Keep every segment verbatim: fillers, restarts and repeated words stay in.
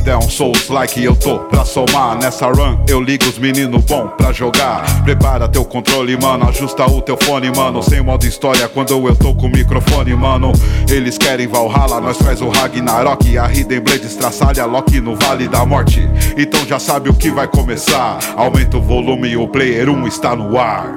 vida é um Souls like, eu tô pra somar. Nessa run eu ligo os meninos bom pra jogar. Prepara teu controle, mano, ajusta o teu fone, mano. Sem modo história quando eu tô com o microfone, mano. Eles querem Valhalla, nós faz o Ragnarok. A Hidden Blade estraçalha Loki no Vale da Morte. Então já sabe o que vai começar. Aumenta o volume, o Player um está no ar.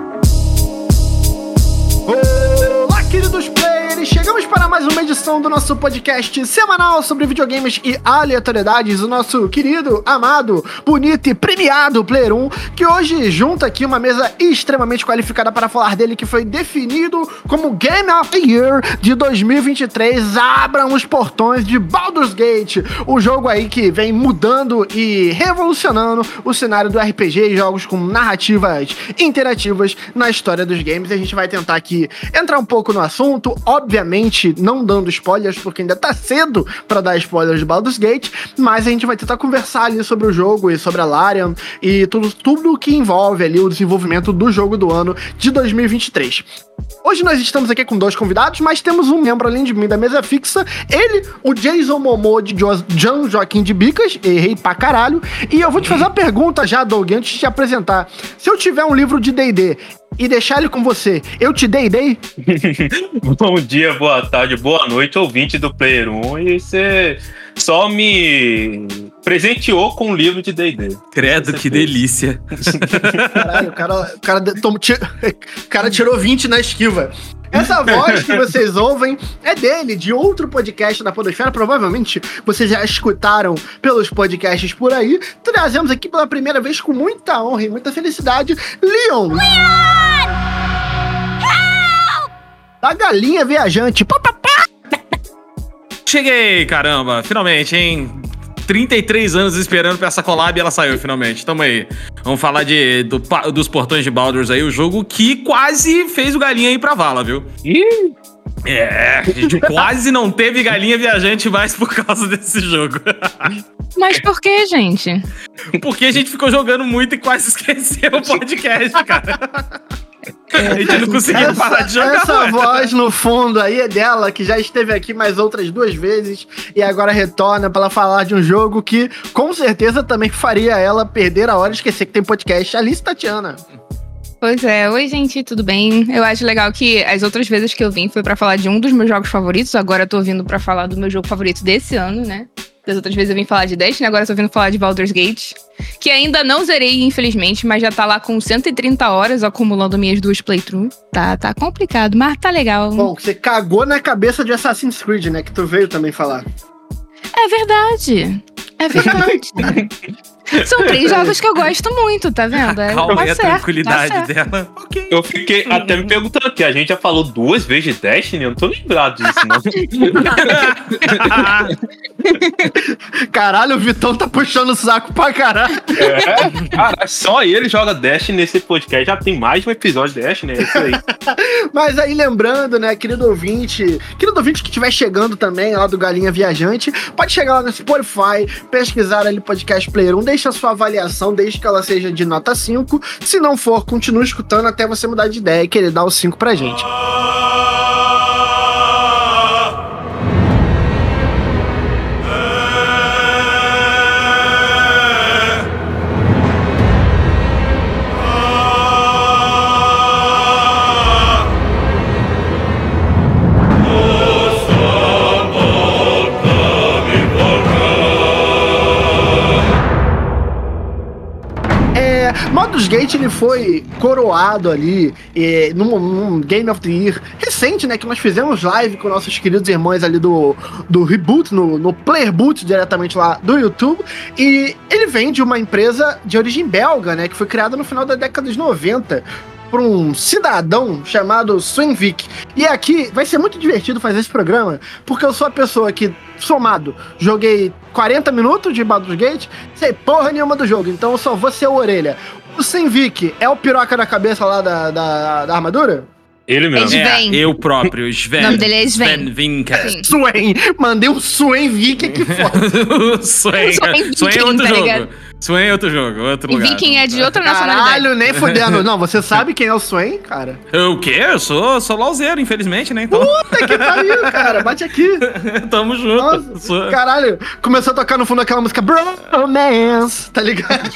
Olá, queridos players! Chegamos para mais uma edição do nosso podcast semanal sobre videogames e aleatoriedades. O nosso querido, amado, bonito e premiado Player um, que hoje junta aqui uma mesa extremamente qualificada para falar dele, que foi definido como Game of the Year de dois mil e vinte e três. Abram os portões de Baldur's Gate, o jogo aí que vem mudando e revolucionando o cenário do R P G e jogos com narrativas interativas na história dos games. A gente vai tentar aqui entrar um pouco no assunto, obviamente não dando spoilers, porque ainda tá cedo pra dar spoilers de Baldur's Gate, mas a gente vai tentar conversar ali sobre o jogo e sobre a Larian e tudo, tudo que envolve ali o desenvolvimento do jogo do ano de dois mil e vinte e três. Hoje nós estamos aqui com dois convidados, mas temos um membro além de mim da mesa fixa, ele, o Jason Momoa de jo- John Joaquim de Bicas, errei pra caralho, e eu vou te fazer uma pergunta já, Doug, antes de te apresentar. Se eu tiver um livro de D e D e deixar ele com você, eu te dei dei? Bom dia, boa tarde, boa noite, ouvinte do Player um, e você só me presenteou com um livro de D e D. Credo, que delícia. Caralho, o cara, o cara, tom, tira, o cara tirou vinte na esquiva. Essa voz que vocês ouvem é dele, de outro podcast da Podosfera. Provavelmente vocês já escutaram pelos podcasts por aí. Trazemos aqui pela primeira vez com muita honra e muita felicidade, Leon! Leon! Help! A galinha viajante. Pá, pá, pá. Cheguei, caramba, finalmente, hein? trinta e três anos esperando pra essa collab e ela saiu finalmente. Tamo aí. Vamos falar de, do, dos portões de Baldur's aí, o jogo que quase fez o galinha ir pra vala, viu? Ih! É, a gente quase não teve galinha viajante mais por causa desse jogo. Mas por que, gente? Porque a gente ficou jogando muito e quase esqueceu o podcast, cara. A gente não conseguiu essa, parar de jogar. Essa mais. voz no fundo aí é dela, que já esteve aqui mais outras duas vezes e agora retorna para falar de um jogo que com certeza também faria ela perder a hora e esquecer que tem podcast. Alice Tatiana. Pois é, oi gente, tudo bem? Eu acho legal que as outras vezes que eu vim foi pra falar de um dos meus jogos favoritos, agora eu tô vindo pra falar do meu jogo favorito desse ano, né? Das outras vezes eu vim falar de Destiny, agora eu tô vindo falar de Baldur's Gate, que ainda não zerei, infelizmente, mas já tá lá com cento e trinta horas acumulando minhas duas playthroughs. Tá, tá complicado, mas tá legal. Bom, você cagou na cabeça de Assassin's Creed, né? Que tu veio também falar. É verdade, é verdade. São três jogos que eu gosto muito, tá vendo? É, Calma tá aí a certo, tranquilidade tá certo. dela. Ok. Eu fiquei até me perguntando aqui, a gente já falou duas vezes de Destiny? Eu não tô lembrado disso, não. Caralho, o Vitão tá puxando o saco pra caralho. É, cara, só ele joga Destiny nesse podcast, já tem mais de um episódio de Destiny, é isso aí. Mas aí lembrando, né, querido ouvinte, querido ouvinte que estiver chegando também lá do Galinha Viajante, pode chegar lá no Spotify, pesquisar ali podcast Player um, deixa a sua avaliação, desde que ela seja de nota cinco. Se não for, continue escutando até você mudar de ideia e querer dar o cinco pra gente. Baldur's Gate, ele foi coroado ali é, num, num Game of the Year recente, né, que nós fizemos live com nossos queridos irmãos ali do, do Reboot, no, no Player Boot, diretamente lá do YouTube, e ele vem de uma empresa de origem belga, né, que foi criada no final da década de noventa, por um cidadão chamado Svenvik. E aqui vai ser muito divertido fazer esse programa, porque eu sou a pessoa que, somado, joguei quarenta minutos de Baldur's Gate, sei porra nenhuma do jogo, então eu só vou ser o orelha. O Svenvik é o piroca da cabeça lá da, da, da armadura? Ele mesmo. É É, Sven. eu próprio, Sven. O nome dele é Sven. Sven Vinca. Sim. Swen! Mandei um Svenvik aqui fora. Swen. Swen Swen é Viking, outro tá jogo. ligado? Swain é outro jogo, outro E lugar. Viking é de outra nacionalidade. Caralho, nem fudendo. Não, você sabe quem é o Swain, cara? Eu, o quê? Eu sou, sou lauzeiro, infelizmente, né? Então, Puta que pariu, cara. Bate aqui. tamo junto. Nossa, Sou- caralho. Começou a tocar no fundo aquela música Bromance, tá ligado?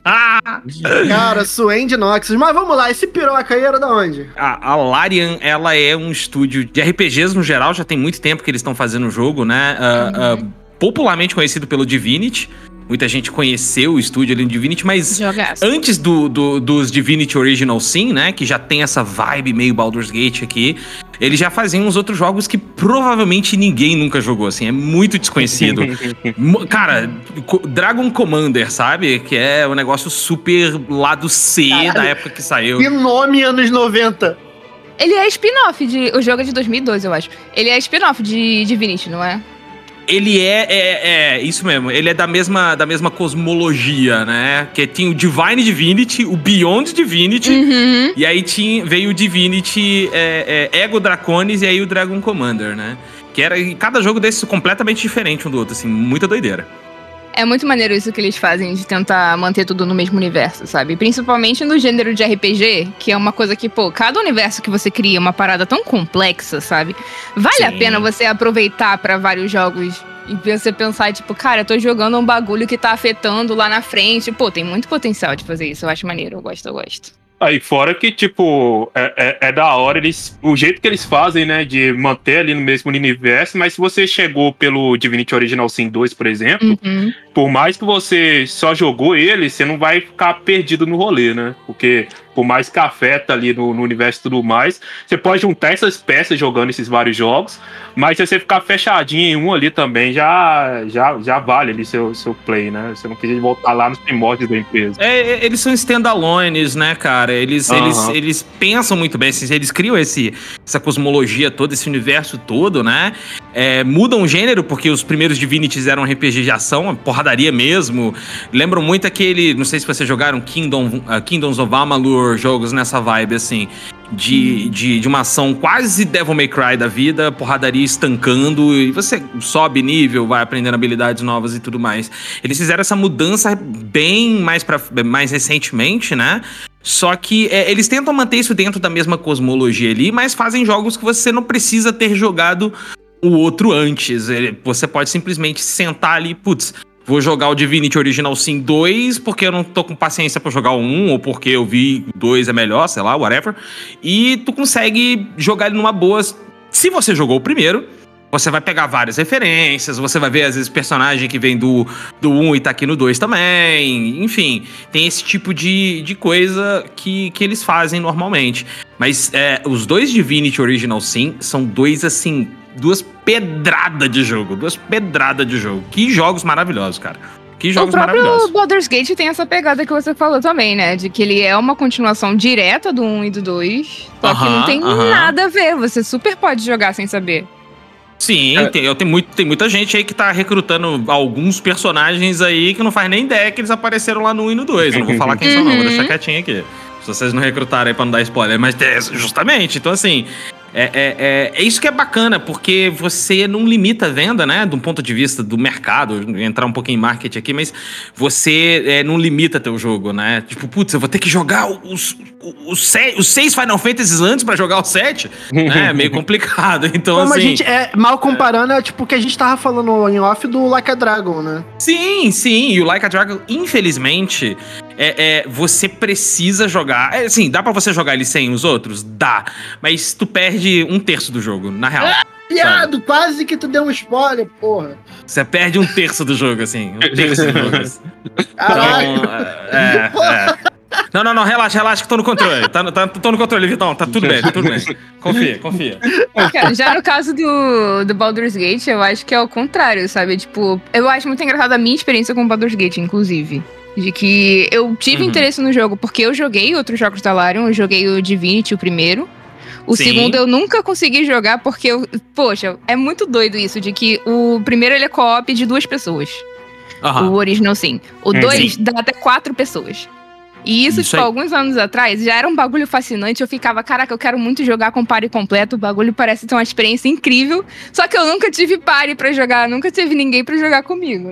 Cara, Swain de Noxus. Mas vamos lá, esse piroca aí era da onde? A, a Larian, ela é um estúdio de R P Gs no geral, já tem muito tempo que eles estão fazendo o jogo, né? Ah, ah, popularmente conhecido pelo Divinity. Muita gente conheceu o estúdio ali no Divinity, mas Jogaço. antes do, do- dos Divinity Original Sin, né? Que já tem essa vibe meio Baldur's Gate aqui, eles já faziam uns outros jogos que provavelmente ninguém nunca jogou, assim, é muito desconhecido. Mo- Cara, Co- Dragon Commander, sabe? Que é um negócio super lado C Caralho. da época que saiu. Que nome anos noventa. Ele é spin-off de. O jogo é de dois mil e doze, eu acho. Ele é spin-off de Divinity, não é? Ele é, é, é, isso mesmo, ele é da mesma, da mesma cosmologia, né? Que tinha o Divine Divinity, o Beyond Divinity, Uhum. e aí tinha, veio o Divinity é, é, Ego Draconis e aí o Dragon Commander, né? Que era cada jogo desses completamente diferente um do outro, assim, muita doideira. É muito maneiro isso que eles fazem de tentar manter tudo no mesmo universo, sabe? Principalmente no gênero de R P G, que é uma coisa que, pô, cada universo que você cria é uma parada tão complexa, sabe? Vale Sim. a pena você aproveitar pra vários jogos e você pensar, tipo, cara, eu tô jogando um bagulho que tá afetando lá na frente. Pô, tem muito potencial de fazer isso. Eu acho maneiro, eu gosto, eu gosto. Aí fora que, tipo, é, é, é da hora eles, o jeito que eles fazem, né, de manter ali no mesmo universo, mas se você chegou pelo Divinity Original Sin dois, por exemplo, Uhum. por mais que você só jogou ele, você não vai ficar perdido no rolê, né? Porque por mais que afeta ali no, no universo e tudo mais, você pode juntar essas peças jogando esses vários jogos, mas se você ficar fechadinho em um ali também, já, já, já vale ali seu, seu play, né? Você não precisa voltar lá nos primórdios da empresa. É, é, eles são standalones, né, cara? Eles, Aham. eles, eles pensam muito bem, assim, eles criam esse, essa cosmologia toda, esse universo todo, né? É, mudam o gênero, porque os primeiros Divinities eram R P G de ação, uma porradaria mesmo. Lembram muito aquele, não sei se vocês jogaram Kingdom, uh, Kingdoms of Amalur, jogos nessa vibe, assim, de, de, de uma ação quase Devil May Cry da vida, porradaria estancando, e você sobe nível, vai aprendendo habilidades novas e tudo mais. Eles fizeram essa mudança bem mais, pra, mais recentemente, né? Só que é, eles tentam manter isso dentro da mesma cosmologia ali, mas fazem jogos que você não precisa ter jogado o outro antes. Ele- Você pode simplesmente sentar ali, putz, vou jogar o Divinity Original Sin dois porque eu não tô com paciência pra jogar o um, ou porque eu vi o dois é melhor, sei lá, whatever. E tu consegue jogar ele numa boa. Se você jogou o primeiro, você vai pegar várias referências, você vai ver, às vezes, personagem que vem do, do um e tá aqui no dois também. Enfim, tem esse tipo de, de coisa que, que eles fazem normalmente. Mas é, os dois Divinity Original Sin são dois, assim, duas pedradas de jogo. Duas pedradas de jogo. Que jogos maravilhosos, cara. Que O jogos próprio maravilhosos. Baldur's Gate tem essa pegada que você falou também, né? De que ele é uma continuação direta do um e do dois. Só que não Aham, tem aham. nada a ver. Você super pode jogar sem saber. Sim, É. tem, eu tenho muito, tem muita gente aí que tá recrutando alguns personagens aí que não faz nem ideia que eles apareceram lá no um e no dois. Eu não vou falar quem são, não, vou Uhum. deixar quietinho aqui. Se vocês não recrutarem aí pra não dar spoiler. Mas é, justamente, então assim, é, é, é, é isso que é bacana, porque você não limita a venda, né? De um ponto de vista do mercado, entrar um pouquinho em marketing aqui, mas você é, não limita teu jogo, né? Tipo, putz, eu vou ter que jogar os, os, se- os seis Final Fantasies antes pra jogar o sete? Né? É meio complicado. Então, Como assim. a gente é mal comparando, é tipo o que a gente tava falando em off do Like a Dragon, né? Sim, sim, e o Like a Dragon, infelizmente, é, é, você precisa jogar. É, assim, dá pra você jogar ele sem os outros? Dá. Mas tu perde um terço do jogo, na real. Piado, quase que tu deu um spoiler, porra. Você perde um terço do jogo, assim. Um terço do jogo. assim. Caralho. Então, é, é. Não, não, não, relaxa, relaxa que tô no controle. Tá, tá, tô no controle, Vitão. Tá tudo bem, tá tudo bem. Confia, confia. Cara, já no caso do, do Baldur's Gate, eu acho que é o contrário, sabe? Tipo, eu acho muito engraçado a minha experiência com o Baldur's Gate, inclusive. De que eu tive Uhum. interesse no jogo, porque eu joguei outros jogos da Larian, eu joguei o Divinity, o primeiro. O Sim. segundo eu nunca consegui jogar, porque, eu, poxa, é muito doido isso, de que o primeiro ele é co-op de duas pessoas. Aham. O original sim. O Hum, dois dá até quatro pessoas. E isso, Isso tipo, aí. alguns anos atrás, já era um bagulho fascinante. Eu ficava, caraca, eu quero muito jogar com party completo. O bagulho parece ter uma experiência incrível. Só que eu nunca tive party pra jogar, nunca tive ninguém pra jogar comigo, né?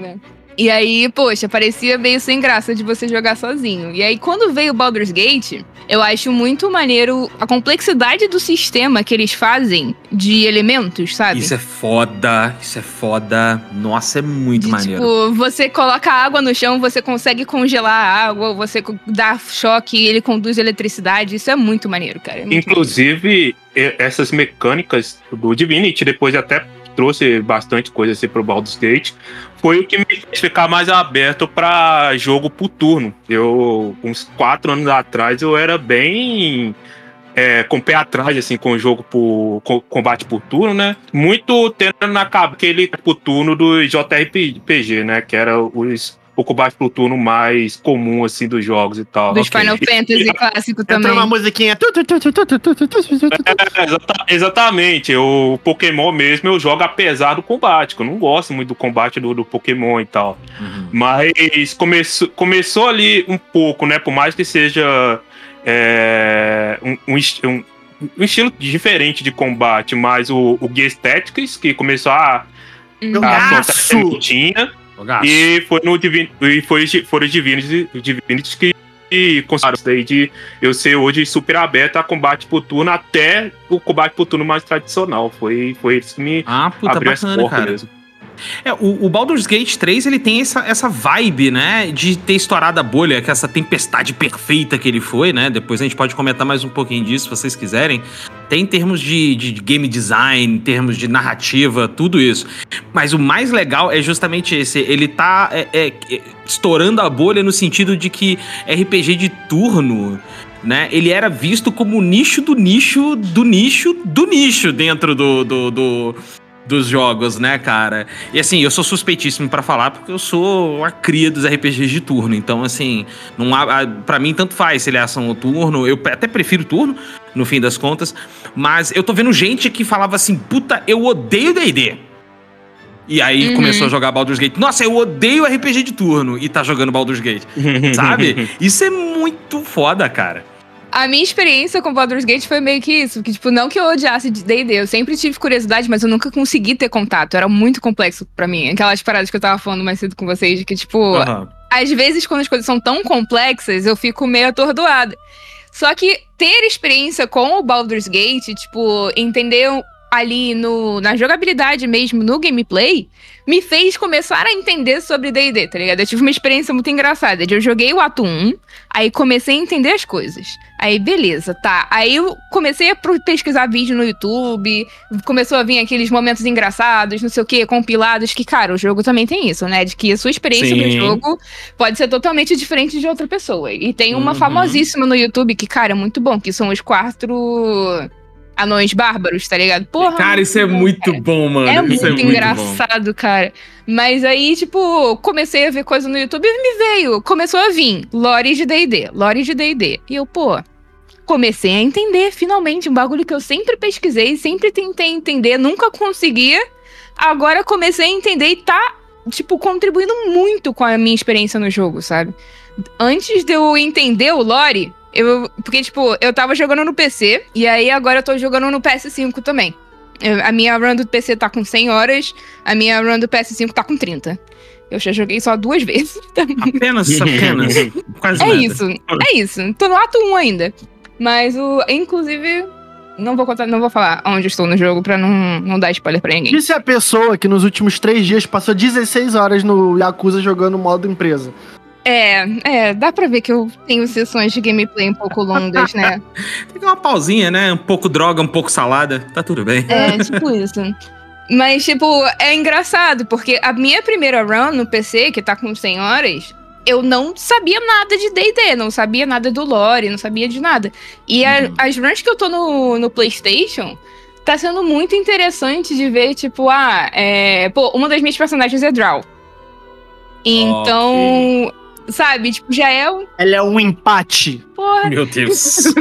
E aí, poxa, parecia meio sem graça de você jogar sozinho. E aí, quando veio o Baldur's Gate, eu acho muito maneiro a complexidade do sistema que eles fazem de elementos, sabe? Isso é foda, isso é foda. Nossa, é muito de, maneiro. Tipo, você coloca água no chão, você consegue congelar a água, você dá choque e ele conduz eletricidade. Isso é muito maneiro, cara. É muito Inclusive, maneiro. Essas mecânicas do Divinity, depois até trouxe bastante coisa assim pro Baldur's Gate, foi o que me fez ficar mais aberto pra jogo por turno. Eu, uns quatro anos atrás, eu era bem é, com o pé atrás, assim, com o jogo por com, combate por turno, né? Muito tendo na cabeça aquele por turno do J R P G, né? Que era os o combate por turno mais comum, assim, dos jogos e tal. Dos okay. Final Fantasy e, clássico também. Entra uma musiquinha. É, exata, exatamente. O Pokémon mesmo eu jogo apesar do combate, que eu não gosto muito do combate do, do Pokémon e tal. Uhum. Mas começou, começou ali um pouco, né? Por mais que seja é, um, um, um, um estilo diferente de combate, mas o, o Gear Tactics, que começou a... Uhum. a, a tinha, e foi no Divin, e foi, foram os Divinities, Divinities que e consideraram isso daí de eu ser hoje super aberto a combate por turno até o combate por turno mais tradicional. Foi, foi isso que me ah, puta, abriu bacana, essa porta cara. mesmo. É, o, o Baldur's Gate três, ele tem essa, essa vibe, né, de ter estourado a bolha, que essa tempestade perfeita que ele foi, né, depois a gente pode comentar mais um pouquinho disso, se vocês quiserem. Tem em termos de, de game design, em termos de narrativa, tudo isso. Mas o mais legal é justamente esse, ele tá é, é, estourando a bolha no sentido de que R P G de turno, né, ele era visto como nicho do nicho do nicho do nicho dentro do... do, do dos jogos, né, cara? E assim, eu sou suspeitíssimo pra falar porque eu sou a cria dos R P Gs de turno, então assim, não há, pra mim tanto faz se ele é ação ou turno, eu até prefiro turno, no fim das contas, mas eu tô vendo gente que falava assim, puta, eu odeio D e D. E aí uhum. começou a jogar Baldur's Gate. Nossa, eu odeio R P G de turno e tá jogando Baldur's Gate, sabe? Isso é muito foda, cara. A minha experiência com Baldur's Gate foi meio que isso, que tipo, não que eu odiasse D e D, eu sempre tive curiosidade, mas eu nunca consegui ter contato, era muito complexo pra mim, aquelas paradas que eu tava falando mais cedo com vocês, de que tipo, uhum. às vezes quando as coisas são tão complexas, eu fico meio atordoada. Só que ter experiência com o Baldur's Gate, tipo, entender ali no, na jogabilidade mesmo, no gameplay, me fez começar a entender sobre D e D, tá ligado? Eu tive uma experiência muito engraçada, de eu joguei o ato um, aí comecei a entender as coisas. Aí, beleza, tá. Aí eu comecei a pesquisar vídeo no YouTube, começou a vir aqueles momentos engraçados, não sei o quê, compilados, que, cara, o jogo também tem isso, né? De que a sua experiência Sim. no jogo pode ser totalmente diferente de outra pessoa. E tem uma uhum. famosíssima no YouTube que, cara, é muito bom, que são os quatro... anões bárbaros, tá ligado? Porra, cara, isso é bom, muito cara. bom, mano. É isso muito, é muito engraçado, bom. cara. Mas aí, tipo, comecei a ver coisa no YouTube e me veio. Começou a vir lore de D e D, lore de D e D. E eu, pô, comecei a entender, finalmente, um bagulho que eu sempre pesquisei, sempre tentei entender, nunca conseguia. Agora comecei a entender e tá, tipo, contribuindo muito com a minha experiência no jogo, sabe? Antes de eu entender o lore... Eu, porque, tipo, eu tava jogando no P C, e aí agora eu tô jogando no P S cinco também. Eu, a minha run do P C tá com cem horas, a minha run do P S cinco tá com trinta. Eu já joguei só duas vezes. Apenas, apenas. Quase é nada. isso, é isso. Tô no ato um ainda. Mas, o, inclusive, não vou contar, não vou falar onde eu estou no jogo pra não, não dar spoiler pra ninguém. E se a pessoa que nos últimos três dias passou dezesseis horas no Yakuza jogando modo empresa? É, é, dá pra ver que eu tenho sessões de gameplay um pouco longas, né? Tem uma pausinha, né? Um pouco droga, um pouco salada, tá tudo bem. É, tipo isso. Mas, tipo, é engraçado, porque a minha primeira run no P C, que tá com cem horas, eu não sabia nada de D e D, não sabia nada do lore, não sabia de nada. E a, uhum. as runs que eu tô no, no PlayStation... tá sendo muito interessante de ver, tipo, ah, é... Pô, uma das minhas personagens é Drow. Então... Okay. Sabe, tipo, já é um... Ela é um empate. Porra. Meu Deus.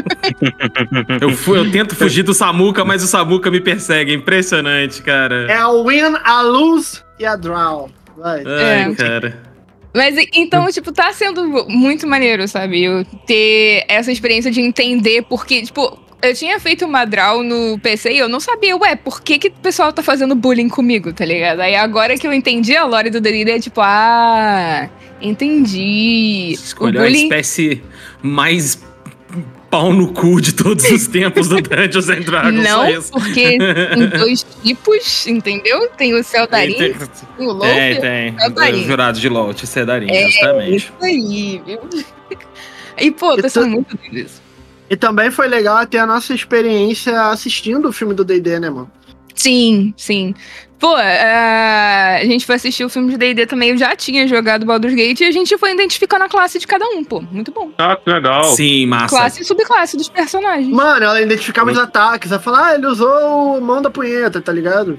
eu, fui, eu tento fugir do Samuka, mas o Samuka me persegue. Impressionante, cara. É a win, a lose e a draw. Vai. Ai, é. cara. Mas, então, tipo, tá sendo muito maneiro, sabe? Eu ter essa experiência de entender, porque, tipo... Eu tinha feito uma draw no P C e eu não sabia, ué, por que que o pessoal tá fazendo bullying comigo, tá ligado? Aí agora que eu entendi a lore do D e D, é tipo, ah, entendi. Escolheu o bullying... a espécie mais pau no cu de todos os tempos do Dungeons and Dragons. Não, porque tem dois tipos, entendeu? Tem o Seldarin Tem, e o LoL. tem, tem. Seldarin. Os jurados de LoL, de Seldarin, É, justamente. isso aí, viu? E, pô, tá sendo muito doido isso. E também foi legal ter a nossa experiência assistindo o filme do D e D, né, mano? Sim, sim. Pô, uh, a gente foi assistir o filme de D e D também, eu já tinha jogado Baldur's Gate e a gente foi identificando a classe de cada um, pô. Muito bom. Ah, que legal. Sim, massa. Classe e subclasse dos personagens. Mano, ela identificava os ataques. Ela falava, ah, ele usou mão da punheta, tá ligado?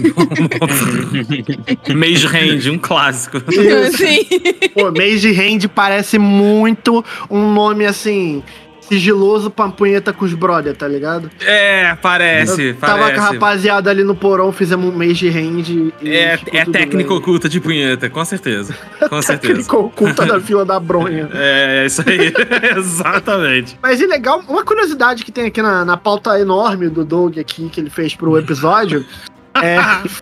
Mage Hand, um clássico. Isso. Sim. Pô, Mage Hand parece muito um nome, assim, sigiloso pra punheta com os brother, tá ligado? É, parece, Eu tava parece. com a rapaziada ali no porão, fizemos um Mage Hand. E É, ficou é tudo técnica bem. oculta de punheta, com certeza. Com certeza. Técnica oculta da fila da bronha. É, isso aí. Exatamente. Mas e legal, uma curiosidade que tem aqui na, na pauta enorme do Doug aqui, que ele fez pro episódio, é,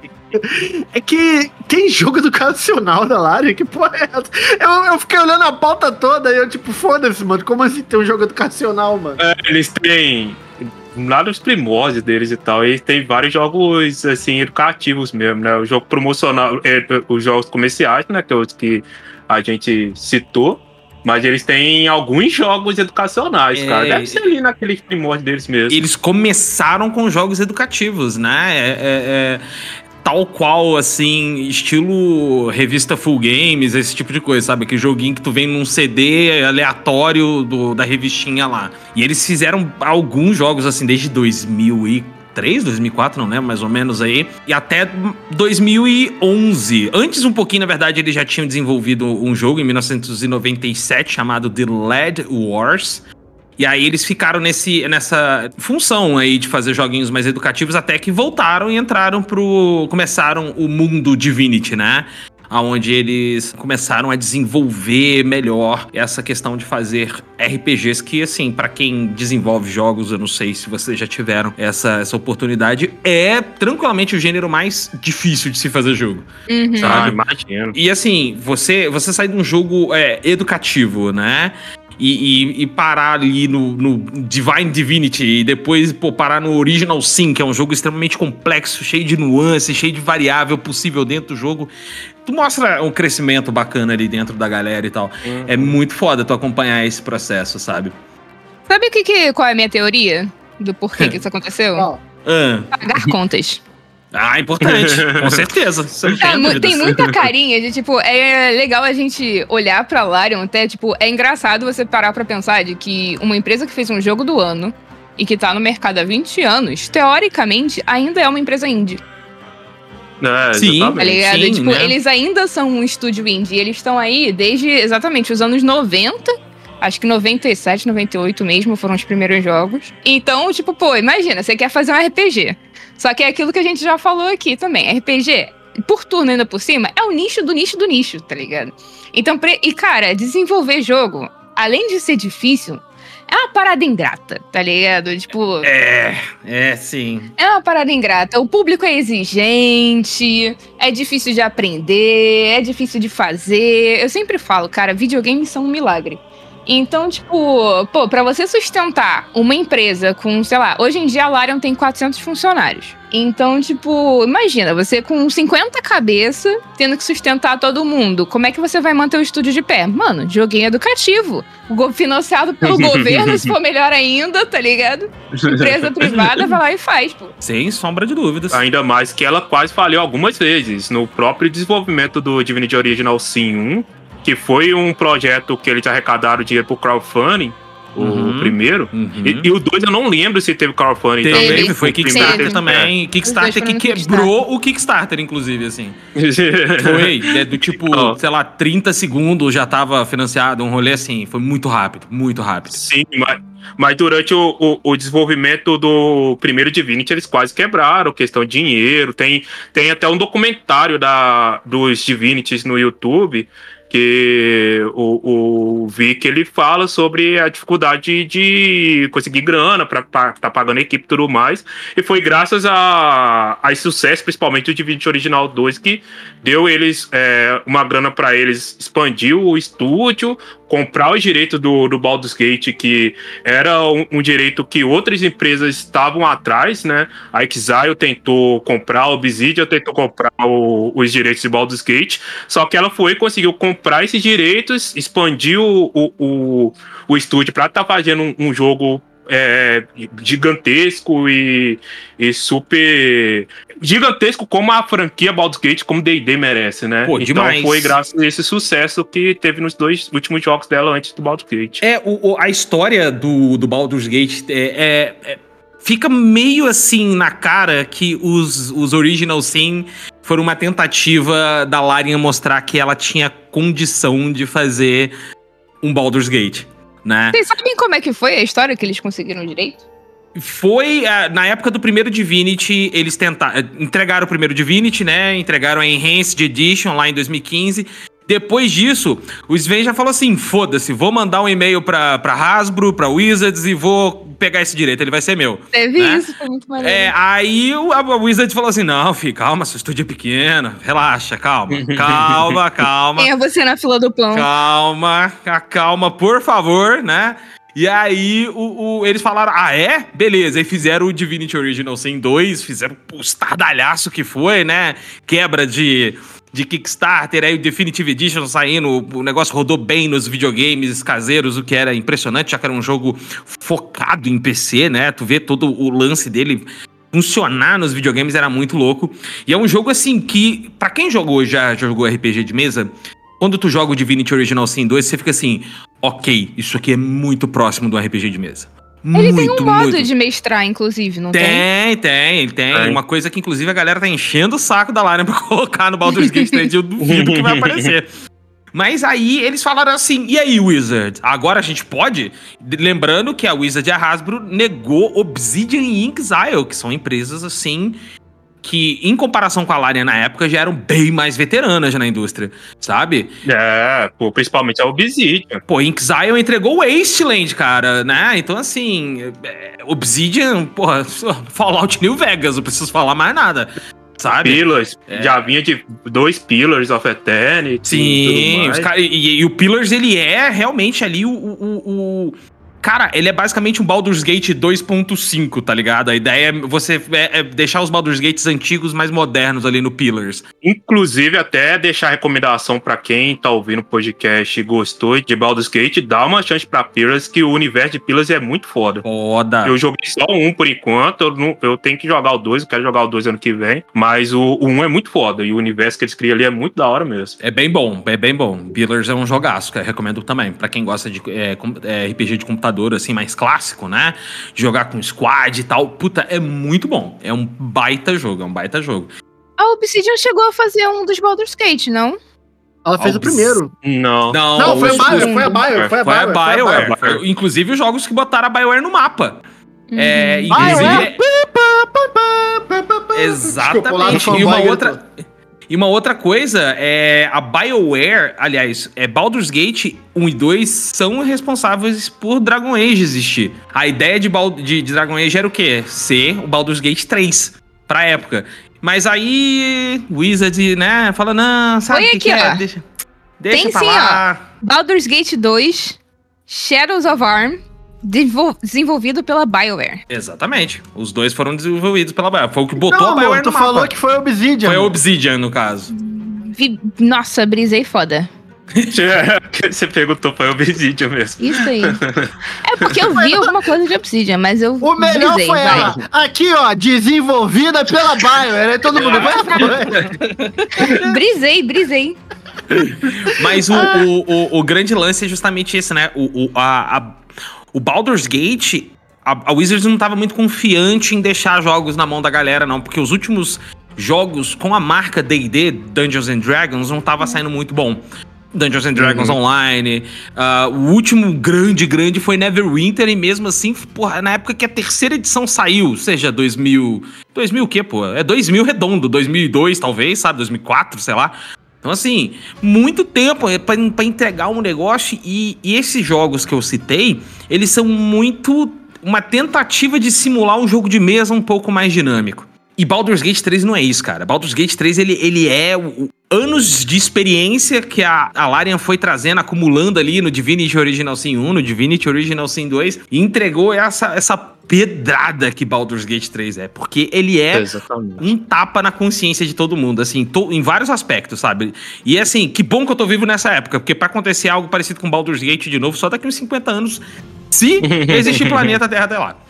é que tem jogo educacional da Larian, que porra é essa? Eu, eu fiquei olhando a pauta toda e eu tipo, foda-se, mano, como assim tem um jogo educacional, mano? É, eles têm lá nos primórdios deles e tal, eles têm vários jogos assim educativos mesmo, né? O jogo promocional, é, os jogos comerciais, né, que é os que a gente citou, mas eles têm alguns jogos educacionais, É, cara. Deve ser ali naqueles primórdios deles mesmo. Eles começaram com jogos educativos, né? É, é, é, tal qual, assim, estilo revista Full Games, esse tipo de coisa, sabe? Aquele joguinho que tu vem num C D aleatório do, da revistinha lá. E eles fizeram alguns jogos, assim, desde dois mil e três, dois mil e quatro, não lembro, mais ou menos aí, e até dois mil e onze. Antes, um pouquinho, na verdade, eles já tinham desenvolvido um jogo em mil novecentos e noventa e sete chamado The Lead Wars. E aí eles ficaram nesse, nessa função aí de fazer joguinhos mais educativos, até que voltaram e entraram pro... começaram o mundo Divinity, né? Onde eles começaram a desenvolver melhor essa questão de fazer R P Gs, que, assim, pra quem desenvolve jogos, eu não sei se vocês já tiveram essa, essa oportunidade, é tranquilamente o gênero mais difícil de se fazer jogo. Uhum. Ah, Sabe? imagino. E assim, você, você sai de um jogo é, educativo, né? E, e, e parar ali no, no Divine Divinity e depois, pô, parar no Original Sin, que é um jogo extremamente complexo, cheio de nuances, cheio de variável possível dentro do jogo. Tu mostra um crescimento bacana ali dentro da galera e tal. Uhum. É muito foda tu acompanhar esse processo, sabe? Sabe o que, que, qual é a minha teoria do porquê que isso aconteceu? Ó, Ah, Pagar contas. ah importante, com certeza. Você não É, tem mu- dúvidas. tem muita carinha de, tipo, é legal a gente olhar pra Larian até, tipo, é engraçado você parar pra pensar de que uma empresa que fez um jogo do ano e que tá no mercado há vinte anos, teoricamente, ainda é uma empresa indie, É, Sim, tá exatamente. ligado? Sim, tipo, né? eles ainda são um estúdio indie, eles estão aí desde, exatamente, os anos noventa, acho que noventa e sete, noventa e oito mesmo foram os primeiros jogos. Então, tipo, pô, imagina, você quer fazer um R P G, só que é aquilo que a gente já falou aqui também, R P G, por turno ainda por cima, é o nicho do nicho do nicho, tá ligado? Então, pre- e cara, desenvolver jogo, além de ser difícil, é uma parada ingrata, tá ligado? Tipo, É, é, sim. é uma parada ingrata. O público é exigente, é difícil de aprender, é difícil de fazer. Eu sempre falo, cara, videogames são um milagre. Então, tipo, pô, pra você sustentar uma empresa com, sei lá, hoje em dia a Larian tem quatrocentos funcionários. Então, tipo, imagina, você com cinquenta cabeças, tendo que sustentar todo mundo. Como é que você vai manter o estúdio de pé? Mano, joguinho educativo. O go- financiado pelo governo, se for melhor ainda, tá ligado? Empresa privada vai lá e faz, pô. Sem sombra de dúvidas. Ainda mais que ela quase falhou algumas vezes no próprio desenvolvimento do Divinity Original Sin um, que foi um projeto que eles arrecadaram dinheiro pro crowdfunding, o Uhum. primeiro. Uhum. E, e o dois eu não lembro se teve crowdfunding Teve, também. Teve. foi O primeiro Kickstarter teve- também. Kickstarter foram que no quebrou o Kickstarter, inclusive, assim. É. Foi, é do tipo, Ó. sei lá, trinta segundos já tava financiado, um rolê assim. Foi muito rápido, muito rápido. Sim, mas, mas durante o, o, o desenvolvimento do primeiro Divinity, eles quase quebraram, questão de dinheiro. Tem, tem até um documentário da, dos Divinities no YouTube, que o, o Vic, ele fala sobre a dificuldade de conseguir grana para estar tá pagando a equipe e tudo mais, e foi graças a, a esse sucesso, principalmente o Divinity Original dois, que deu eles é, uma grana para eles expandir o estúdio, comprar os direitos do, do Baldur's Gate, que era um, um direito que outras empresas estavam atrás, né? A Exile tentou comprar, a Obsidian tentou comprar o, os direitos de Baldur's Gate, só que ela foi e conseguiu comprar esses direitos, expandir o, o, o, o estúdio para estar tá fazendo um, um jogo é, gigantesco e, e super gigantesco como a franquia Baldur's Gate, como D e D merece, né? Pô, então demais. Foi graças a esse sucesso que teve nos dois últimos jogos dela antes do Baldur's Gate. É, o, o, a história do, do Baldur's Gate é, é, é, fica meio assim na cara que os, os Original Sin foram uma tentativa da Larian mostrar que ela tinha condição de fazer um Baldur's Gate, né? Vocês sabem como é que foi a história que eles conseguiram direito? Foi, na época do primeiro Divinity, eles tentaram, entregaram o primeiro Divinity, né, entregaram a Enhanced Edition lá em dois mil e quinze. Depois disso, o Sven já falou assim, foda-se, vou mandar um e-mail pra, pra Hasbro, pra Wizards e vou pegar esse direito, ele vai ser meu. Teve né? isso, foi muito maneiro. É, aí o, a Wizards falou assim, não, filho, calma, seu estúdio é pequeno, relaxa, calma, calma, calma. Quem é você na fila do pão? Calma, calma, por favor, né? E aí, o, o, eles falaram, ah, é? Beleza. Aí fizeram o Divinity Original Sin dois, fizeram o estardalhaço que foi, né? Quebra de, de Kickstarter, aí o Definitive Edition saindo, o negócio rodou bem nos videogames caseiros, o que era impressionante, já que era um jogo focado em P C, né? Tu vê todo o lance dele funcionar nos videogames, era muito louco. E é um jogo, assim, que, pra quem jogou, já, já jogou R P G de mesa, quando tu joga o Divinity Original Sin dois, você fica assim, ok, isso aqui é muito próximo do R P G de mesa. Ele muito, tem um modo muito. de mestrar, inclusive, não tem? Tem, tem, tem. Tem. Uma coisa que, inclusive, a galera tá enchendo o saco da Larian pra colocar no Baldur's Gate três, eu duvido que vai aparecer. Mas aí, eles falaram assim, e aí, Wizard? Agora a gente pode? Lembrando que a Wizard e a Hasbro negou Obsidian e Inxile, que são empresas, assim, que, em comparação com a Larian na época, já eram bem mais veteranas já na indústria, sabe? É, pô, principalmente a Obsidian. Pô, Inxile entregou o Wasteland, cara, né? Então, assim, é, Obsidian, porra, Fallout New Vegas, não preciso falar mais nada, sabe? Pillars, É. já vinha de dois Pillars of Eternity. Sim, e tudo os mais. cara, e, e o Pillars, ele é realmente ali o... o, o, o cara, ele é basicamente um Baldur's Gate dois ponto cinco, tá ligado? A ideia é você é, é deixar os Baldur's Gates antigos mais modernos ali no Pillars. Inclusive, até deixar a recomendação pra quem tá ouvindo o podcast e gostou de Baldur's Gate, dá uma chance pra Pillars, que o universo de Pillars é muito foda. Foda. Eu joguei só um por enquanto, eu, não, eu tenho que jogar o dois, eu quero jogar o dois ano que vem, mas o, o um é muito foda, e o universo que eles criam ali é muito da hora mesmo. É bem bom, é bem bom. Pillars é um jogaço, que eu recomendo também. Pra quem gosta de é, com- é, R P G de computador, assim, mais clássico, né? De jogar com squad e tal. Puta, é muito bom. É um baita jogo, é um baita jogo. A Obsidian chegou a fazer um dos Baldur's Gate, não? Ela fez o Obs- primeiro. Não. Não, Não, foi a os- Bioware, foi a Bioware, foi a Foi a Bioware. foi a BioWare. BioWare. Foi- inclusive os jogos que botaram a BioWare no mapa. Uhum. É, BioWare. inclusive, Desculpa, o lado exatamente. fanboy E uma gritou. outra, e uma outra coisa, é, a BioWare, aliás, é, Baldur's Gate um e dois são responsáveis por Dragon Age existir. A ideia de, Bal- de, de Dragon Age era o quê? Ser o Baldur's Gate três, pra época. Mas aí, Wizard, né, fala, não, sabe o Põe que, que aqui, é? ó. Deixa, deixa Tem pra sim, lá. Baldur's Gate dois, Shadows of Arm, desenvol- desenvolvido pela BioWare. Exatamente. Os dois foram desenvolvidos pela BioWare. Foi o que botou Não, a amor, BioWare tu no mapa. falou que foi Obsidian. Foi a amor. Obsidian, no caso. Vi- Nossa, brisei foda. Você perguntou, foi o Obsidian mesmo. Isso aí. É porque eu vi alguma coisa de Obsidian, mas eu O melhor brisei, foi vai. ela. Aqui, ó, desenvolvida pela Bioware. Aí todo mundo vai. Brisei, brisei. Mas o, o, o, o grande lance é justamente esse, né? O, o, a, a- o Baldur's Gate, a, a Wizards não tava muito confiante em deixar jogos na mão da galera, não. Porque os últimos jogos com a marca D e D, Dungeons and Dragons, não tava saindo muito bom. Dungeons and Dragons Uhum. Online. ah, o último grande, grande foi Neverwinter. E mesmo assim, porra, na época que a terceira edição saiu, seja dois mil... dois mil o quê, pô? É dois mil redondo. dois mil e dois, talvez, sabe? dois mil e quatro, sei lá. Então, assim, muito tempo pra, pra entregar um negócio e, e esses jogos que eu citei, eles são muito uma tentativa de simular um jogo de mesa um pouco mais dinâmico. E Baldur's Gate três não é isso, cara. Baldur's Gate três, ele, ele é o, o anos de experiência que a, a Larian foi trazendo, acumulando ali no Divinity Original Sin um, no Divinity Original Sin dois, e entregou essa, essa pedrada que Baldur's Gate três é. Porque ele é Exatamente. um tapa na consciência de todo mundo, assim, to, em vários aspectos, sabe? E assim, que bom que eu tô vivo nessa época, porque pra acontecer algo parecido com Baldur's Gate de novo, só daqui uns cinquenta anos, se existir planeta Terra até lá.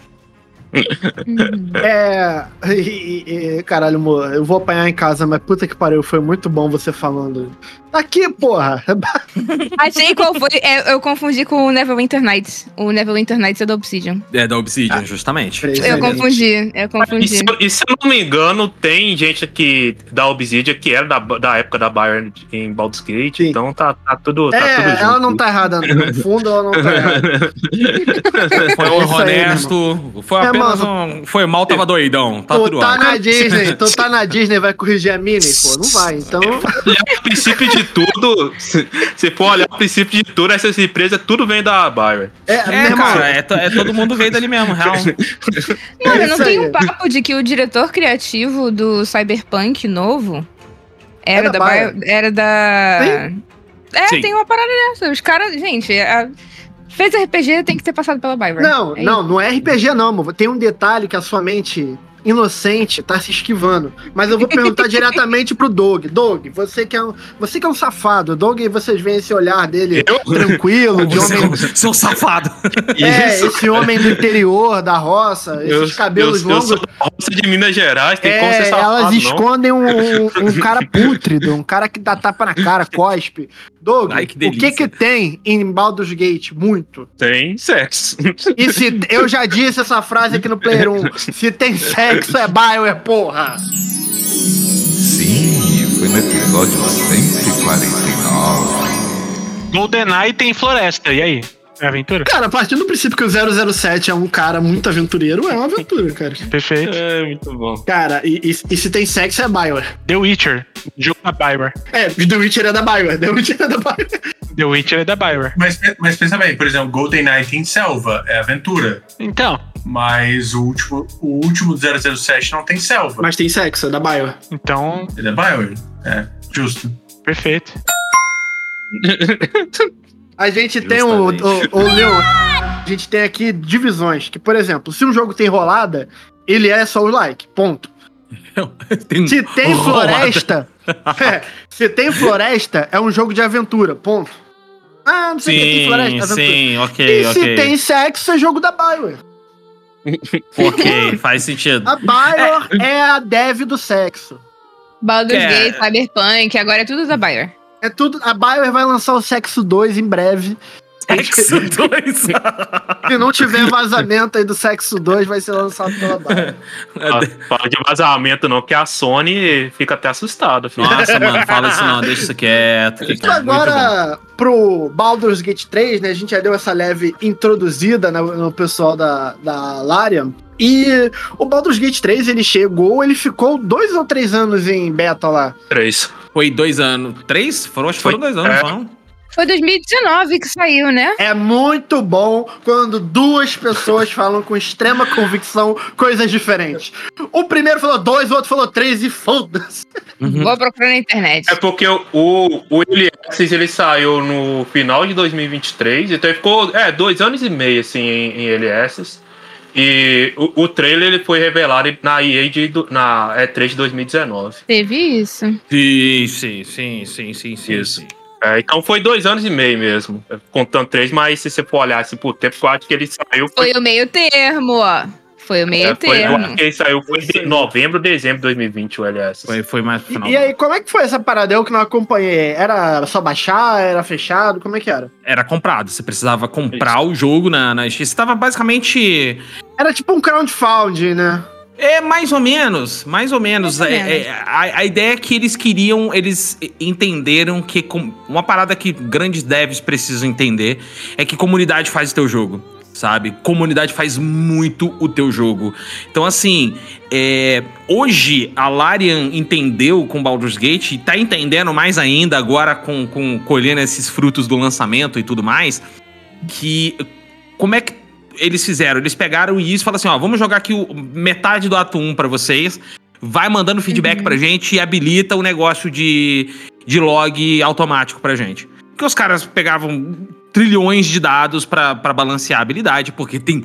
É. E, e, caralho, amor, eu vou apanhar em casa, mas puta que pariu, foi muito bom você falando. Aqui, porra! Achei qual foi. É, eu confundi com o Neverwinter Nights. O Neverwinter Nights é da Obsidian. É da Obsidian, ah, justamente. Eu confundi, eu confundi. E se, e se eu não me engano, tem gente aqui da Obsidian que era da, da época da Bayern em Baldur's Gate, Sim. então tá, tá tudo. É, tá tudo junto. Ela não tá errada, no fundo ela não tá errada. Foi um honesto, aí, foi apenas é, um. Foi mal, tava doidão. Tá tu tudo tá na Disney, tu tá na Disney, vai corrigir a Minnie? Pô, não vai, então. O princípio de tudo, se, se for olhar o princípio de tudo, essas empresas, tudo vem da Bayer. É, é cara, é, é todo mundo veio dali mesmo, real. Mano, não tem um papo de que o diretor criativo do Cyberpunk novo era, é da, da Bayer? Era da... Sim. É, Sim. Tem uma parada dessa. Os caras, gente, a... fez R P G, tem que ter passado pela Bayer. Não, é não, não é R P G não, amor. Tem um detalhe que a sua mente inocente tá se esquivando. Mas eu vou perguntar diretamente pro Doug. Doug, você que é um, você que é um safado. Doug, vocês veem esse olhar dele eu? tranquilo, de homem... Sou safado. É, Isso. esse homem do interior, da roça, esses eu, cabelos eu, longos. Eu sou da roça de Minas Gerais, tem é, como ser safado, elas não. escondem um, um cara pútrido, um cara que dá tapa na cara, cospe. Doug, Ai, que o que que tem em Baldur's Gate? Muito. Tem sexo. E se, eu já disse essa frase aqui no Player um, se tem sexo é Bioware, porra! Sim, foi no episódio cento e quarenta e nove. GoldenEye tem floresta, e aí? É aventura? Cara, a partir do princípio que o zero zero sete é um cara muito aventureiro, é uma aventura, cara. Perfeito. É, muito bom. Cara, e, e, e se tem sexo é Bioware. The Witcher, jogo da Bioware. É, The Witcher é da Bioware, The Witcher é da Bioware. The Witcher é da Bioware. Mas, mas pensa bem, por exemplo, GoldenEye tem selva, é aventura. Então. Mas o último, o último zero zero sete não tem selva. Mas tem sexo, é da Bioware. Então... É da Bioware, é, justo. Perfeito. A gente tem o, o, o Leon, a gente tem aqui divisões, que, por exemplo, se um jogo tem rolada, ele é Souls-like, ponto. tem se tem floresta, é, se tem floresta, é um jogo de aventura, ponto. Ah, não sei o que tem floresta, aventura. Sim, ok, e ok. se tem sexo, é jogo da Bioware. Ok, faz sentido. A Bioware é, é a dev do sexo. Baldur's é. Gate, Cyberpunk, agora é tudo da Bioware. É tudo. A Bioware vai lançar o Sexo dois em breve. Sexo dois? Se não tiver vazamento aí do Sexo dois, vai ser lançado pela Bioware. Fala de vazamento não, que a Sony fica até assustada. Filho. Nossa, mano, fala isso não, deixa isso quieto. Que então, agora, pro Baldur's Gate três, né, a gente já deu essa leve introduzida no, no pessoal da, da Larian. E o Baldur's Gate três, ele chegou, ele ficou dois ou três anos em beta lá? Três. Foi dois anos. Três? Foram, acho que foram dois anos, é. não? Foi dois mil e dezenove que saiu, né? É muito bom quando duas pessoas falam com extrema convicção coisas diferentes. O primeiro falou dois, o outro falou três e foda-se. Uhum. Vou procurar na internet. É porque o, o, o Early Access, ele saiu no final de dois mil e vinte e três, então ele ficou é, dois anos e meio assim, em, em Early Access. E o, o trailer ele foi revelado na E A de, na E três de dois mil e dezenove. Teve isso? Sim, sim, sim, sim, sim, sim. Isso. É, então foi dois anos e meio mesmo, contando três, mas se você for olhar assim por tempo, eu acho que ele saiu... Foi, foi o meio termo, ó. Foi o meio é, foi, termo. Eu acho que ele saiu foi de novembro, dezembro de dois mil e vinte, o L S. Foi, foi mais final. E, e aí, como é que foi essa parada? Eu que não acompanhei. Era só baixar? Era fechado? Como é que era? Era comprado. Você precisava comprar Isso. o jogo na, na Steam. Você tava basicamente... Era tipo um crowdfunding, né? É, mais ou menos, mais ou menos. Mais ou menos. É, é, a, a ideia é que eles queriam, eles entenderam que com, uma parada que grandes devs precisam entender é que comunidade faz o teu jogo. sabe? Comunidade faz muito o teu jogo. Então, assim, é, hoje a Larian entendeu com Baldur's Gate, e tá entendendo mais ainda agora com, com colhendo esses frutos do lançamento e tudo mais, que como é que eles fizeram? Eles pegaram isso e falaram assim, ó, vamos jogar aqui o, metade do ato um pra vocês, vai mandando feedback uhum. pra gente e habilita o negócio de, de log automático pra gente. Porque os caras pegavam trilhões de dados pra, pra balancear a habilidade, porque tem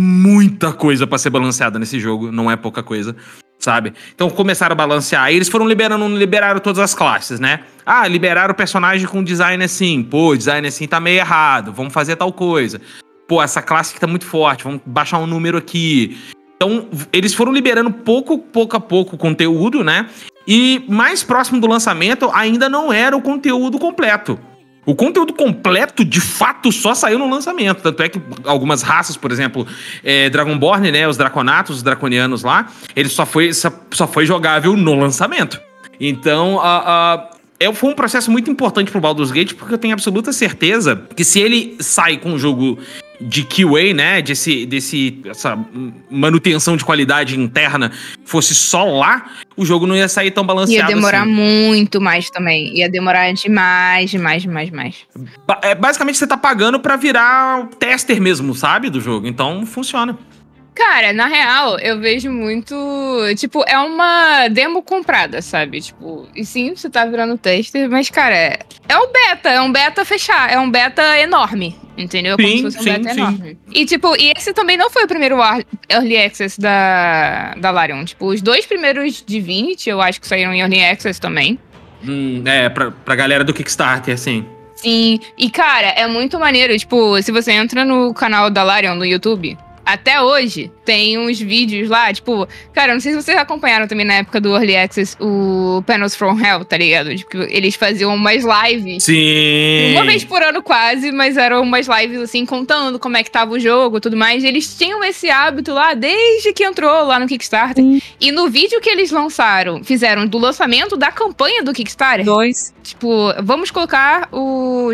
muita coisa pra ser balanceada nesse jogo, não é pouca coisa, sabe? Então começaram a balancear, aí eles foram liberando, não liberaram todas as classes, né? Ah, liberaram o personagem com design assim, pô, design assim tá meio errado, vamos fazer tal coisa. Pô, essa classe aqui tá muito forte, vamos baixar um número aqui. Então, eles foram liberando pouco, pouco a pouco o conteúdo, né? E mais próximo do lançamento, ainda não era o conteúdo completo. O conteúdo completo, de fato, só saiu no lançamento. Tanto é que algumas raças, por exemplo, é, Dragonborn, né? Os Draconatos, os Draconianos lá, ele só foi, só, só foi jogável no lançamento. Então, a... Uh, uh, É, foi um processo muito importante pro Baldur's Gate, porque eu tenho absoluta certeza que se ele sai com um jogo de Q A, né, desse, desse, essa manutenção de qualidade interna, fosse só lá, o jogo não ia sair tão balanceado. Ia demorar assim. muito mais também. Ia demorar demais, demais, demais, demais. Ba- é, basicamente, você tá pagando pra virar tester mesmo, sabe, do jogo. Então, funciona. Cara, na real, eu vejo muito... Tipo, é uma demo comprada, sabe? Tipo, e sim, você tá virando tester, mas, cara, é, é um beta, é um beta fechar, é um beta enorme, entendeu? Como Sim, se fosse um sim, beta sim. enorme. E, tipo, e esse também não foi o primeiro ar- Early Access da, da Larian. Tipo, os dois primeiros Divinity, eu acho que saíram em Early Access também. Hum, é, pra, pra galera do Kickstarter, assim. Sim, e, cara, é muito maneiro. Tipo, se você entra no canal da Larian no YouTube... Até hoje, tem uns vídeos lá, tipo... Cara, eu não sei se vocês acompanharam também na época do Early Access o Panels from Hell, tá ligado? Tipo, eles faziam umas lives. Sim! Uma vez por ano quase, mas eram umas lives assim, contando como é que tava o jogo e tudo mais. E eles tinham esse hábito lá desde que entrou lá no Kickstarter. Sim. E no vídeo que eles lançaram, fizeram do lançamento da campanha do Kickstarter. Dois. Tipo, vamos colocar o,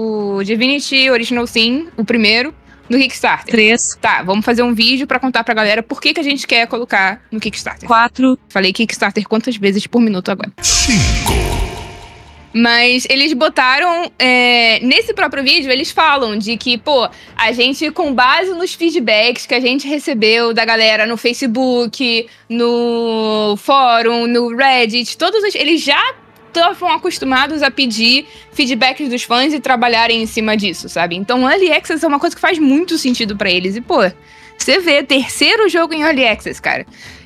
o Divinity Original Sin, o primeiro... no Kickstarter. Três. Tá, vamos fazer um vídeo pra contar pra galera por que, que a gente quer colocar no Kickstarter. Quatro. Falei Kickstarter quantas vezes por minuto agora? Cinco. Mas eles botaram... É, nesse próprio vídeo, eles falam de que, pô, a gente, com base nos feedbacks que a gente recebeu da galera no Facebook, no fórum, no Reddit, todos os, eles já... estavam acostumados a pedir feedbacks dos fãs e trabalharem em cima disso, sabe? Então, Early Access é uma coisa que faz muito sentido pra eles. E, pô, você vê, terceiro jogo em Early Access, cara.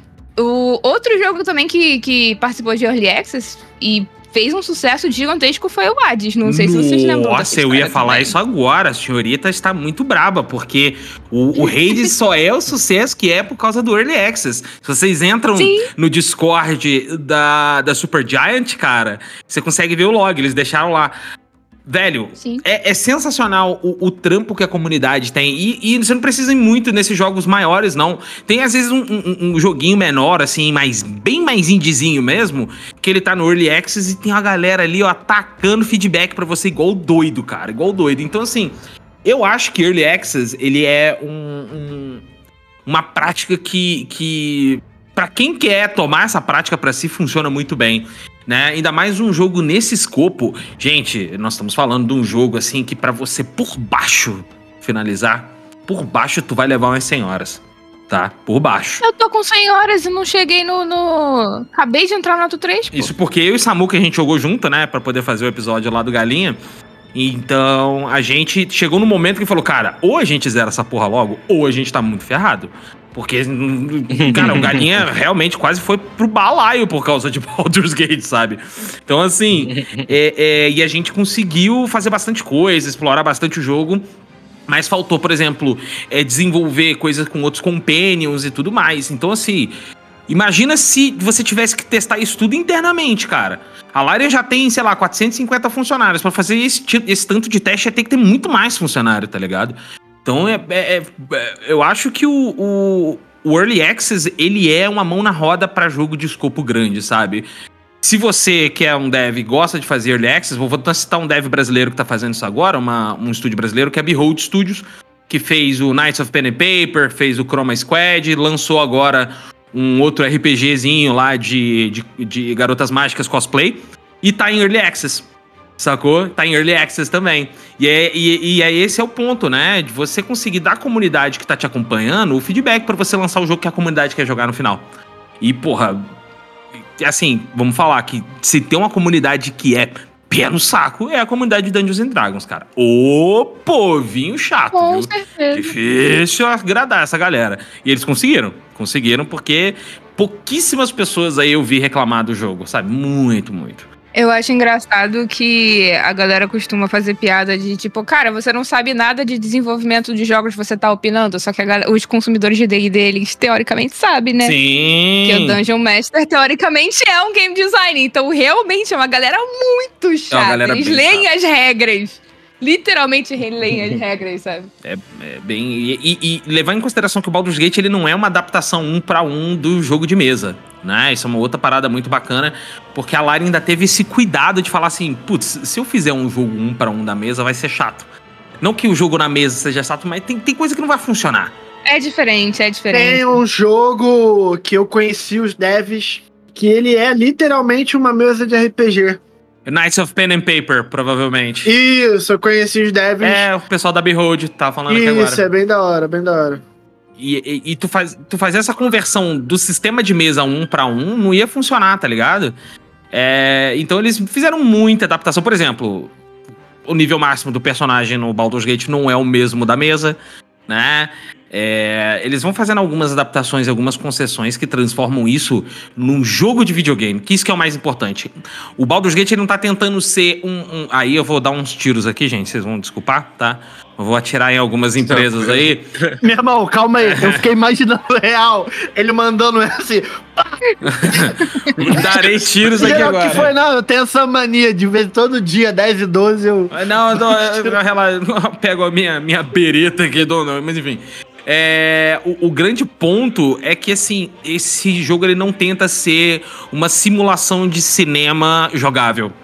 O outro jogo também que, que participou de Early Access e fez um sucesso gigantesco foi o Hades. Não sei se vocês lembram. Nossa, eu ia falar também. Isso agora. A senhorita está muito braba, porque o, o Hades só é o sucesso que é por causa do Early Access. Se vocês entram Sim. no Discord da, da Supergiant, cara, você consegue ver o log, eles deixaram lá. Velho, é, é sensacional o, o trampo que a comunidade tem. E, e você não precisa ir muito nesses jogos maiores, não. Tem, às vezes, um, um, um joguinho menor, assim, mais, bem mais indiezinho mesmo, que ele tá no Early Access e tem uma galera ali, ó, atacando feedback pra você igual doido, cara. Igual doido. Então, assim, eu acho que Early Access, ele é um, um, uma prática que... que pra quem quer tomar essa prática pra si, funciona muito bem. Né? Ainda mais um jogo nesse escopo. Gente, nós estamos falando de um jogo assim que pra você por baixo finalizar, por baixo tu vai levar umas cem horas, tá? Por baixo. Eu tô com cem horas e não cheguei no... no... Acabei de entrar no ato três, pô. Isso porque eu e Samu que a gente jogou junto, né? Pra poder fazer o episódio lá do Galinha. Então a gente chegou no momento que falou, cara, ou a gente zera essa porra logo, ou a gente tá muito ferrado. Porque, cara, o Galinha realmente quase foi pro balaio por causa de Baldur's Gate, sabe? Então, assim, é, é, e a gente conseguiu fazer bastante coisa, explorar bastante o jogo, mas faltou, por exemplo, é, desenvolver coisas com outros companions e tudo mais. Então, assim, imagina se você tivesse que testar isso tudo internamente, cara. A Larian já tem, sei lá, quatrocentos e cinquenta funcionários. Pra fazer esse, esse tanto de teste, ia ter que ter muito mais funcionário, tá ligado? Então, é, é, é, eu acho que o, o, o Early Access, ele é uma mão na roda pra jogo de escopo grande, sabe? Se você que é um dev e gosta de fazer Early Access, vou citar um dev brasileiro que tá fazendo isso agora, uma, um estúdio brasileiro, que é a Behold Studios, que fez o Knights of Pen and Paper, fez o Chroma Squad, lançou agora um outro RPGzinho lá de, de, de Garotas Mágicas cosplay, e tá em Early Access, sacou? Tá em Early Access também. E, é, e, e é esse é o ponto, né? De você conseguir dar à comunidade que tá te acompanhando o feedback pra você lançar o jogo que a comunidade quer jogar no final. E, porra, assim, vamos falar que se tem uma comunidade que é pé no saco, é a comunidade de Dungeons and Dragons, cara. Ô povinho chato, Com viu? certeza. Difícil agradar essa galera. E eles conseguiram. Conseguiram porque pouquíssimas pessoas aí eu vi reclamar do jogo, sabe? Muito, muito. Eu acho engraçado que a galera costuma fazer piada de tipo, cara, você não sabe nada de desenvolvimento de jogos, você tá opinando, só que a galera, os consumidores de D e D, eles teoricamente sabem, né? Sim. Que o Dungeon Master, teoricamente, é um game designer. Então, realmente, é uma galera muito chata. galera Eles bem leem chata. as regras. Literalmente releem as regras, sabe? É, é bem... E, e- e levar em consideração que o Baldur's Gate, ele não é uma adaptação um pra um do jogo de mesa, né? Isso é uma outra parada muito bacana, porque a Larian ainda teve esse cuidado de falar assim, putz, se eu fizer um jogo um pra um da mesa, vai ser chato. Não que o jogo na mesa seja chato, mas tem, tem coisa que não vai funcionar. É diferente, é diferente. Tem um jogo que eu conheci os devs, que ele é literalmente uma mesa de R P G. Knights of Pen and Paper, provavelmente. Isso, eu conheci os devs. É, o pessoal da Behold tá falando aqui agora. Isso, é bem da hora, bem da hora. E, e- e tu, faz, tu faz essa conversão do sistema de mesa um pra um, não ia funcionar, tá ligado? É, então eles fizeram muita adaptação. Por exemplo, o nível máximo do personagem no Baldur's Gate não é o mesmo da mesa, né? É, eles vão fazendo algumas adaptações, algumas concessões que transformam isso num jogo de videogame, que isso que é o mais importante. O Baldur's Gate ele não tá tentando ser um, um... Aí eu vou dar uns tiros aqui, gente, vocês vão desculpar, tá? Eu vou atirar em algumas empresas aí. Meu irmão, calma aí, eu fiquei imaginando real. Ele mandando assim. Darei tiros aqui Geral agora. que foi, não, eu tenho essa mania de ver todo dia, dez e doze, eu. Não, não, eu, eu, eu pego a minha, minha bereta aqui, dou não, mas enfim. É, o, o grande ponto é que, assim, esse jogo ele não tenta ser uma simulação de cinema jogável.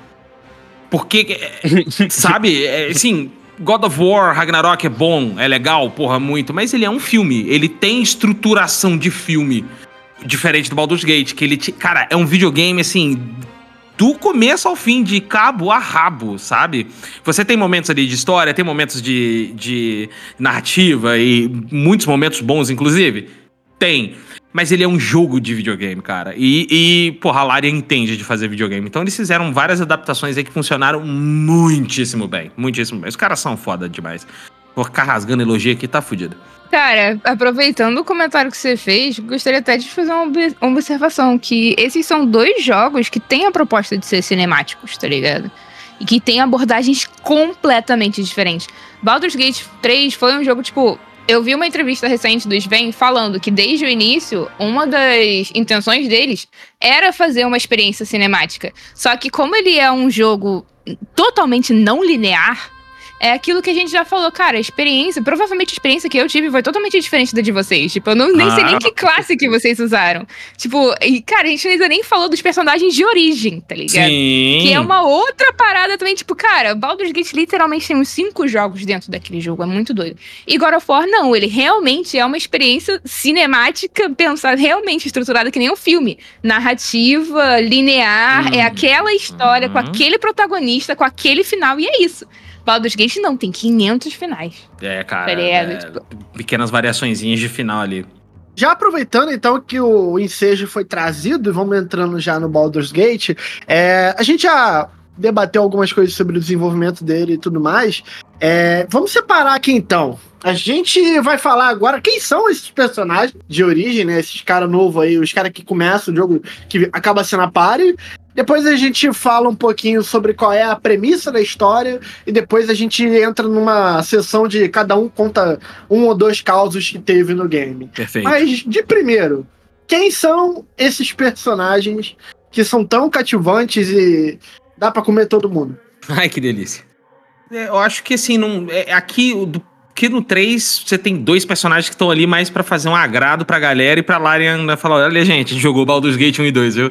Porque, é, sabe, é, assim, God of War, Ragnarok é bom, é legal, porra, muito, mas ele é um filme, ele tem estruturação de filme, diferente do Baldur's Gate, que ele, te, cara, é um videogame, assim, do começo ao fim, de cabo a rabo, sabe? Você tem momentos ali de história, tem momentos de, de narrativa e muitos momentos bons, inclusive? Tem. Mas ele é um jogo de videogame, cara. E, e porra, a Larian entende de fazer videogame. Então eles fizeram várias adaptações aí que funcionaram muitíssimo bem. Muitíssimo bem. Os caras são foda demais. Vou ficar rasgando elogio aqui, tá fudido. Cara, aproveitando o comentário que você fez, gostaria até de fazer uma ob- uma observação, que esses são dois jogos que têm a proposta de ser cinemáticos, tá ligado? E que têm abordagens completamente diferentes. Baldur's Gate três foi um jogo, tipo... Eu vi uma entrevista recente do Sven falando que desde o início, uma das intenções deles era fazer uma experiência cinemática. Só que como ele é um jogo totalmente não linear, é aquilo que a gente já falou, cara, a experiência, provavelmente a experiência que eu tive foi totalmente diferente da de vocês. Tipo, eu não, nem sei nem que classe que vocês usaram. Tipo, e, cara, a gente ainda nem falou dos personagens de origem, tá ligado? Sim. Que é uma outra parada também, tipo, cara, Baldur's Gate literalmente tem uns cinco jogos dentro daquele jogo, é muito doido. E God of War, não, ele realmente é uma experiência cinemática, pensada, realmente estruturada que nem um filme. Narrativa, linear, Hum. é aquela história Uhum. com aquele protagonista, com aquele final, e é isso. Baldur's Gate não, tem quinhentos finais. É, cara. Tá ligado? é, Tipo- pequenas variaçõezinhas de final ali. Já aproveitando, então, que o ensejo foi trazido, e vamos entrando já no Baldur's Gate, é, a gente já debateu algumas coisas sobre o desenvolvimento dele e tudo mais. É, vamos separar aqui, então. A gente vai falar agora quem são esses personagens de origem, né? Esses caras novos aí, os caras que começam o jogo, que acaba sendo a party. Depois a gente fala um pouquinho sobre qual é a premissa da história, e depois a gente entra numa sessão de cada um conta um ou dois causos que teve no game. Perfeito. Mas, de primeiro, quem são esses personagens que são tão cativantes e dá pra comer todo mundo? Ai, que delícia. É, eu acho que, assim, não, é, aqui, o do- aqui no três, você tem dois personagens que estão ali mais pra fazer um agrado pra galera e pra Larian, né, falar, olha, gente, a gente jogou Baldur's Gate um e dois, viu?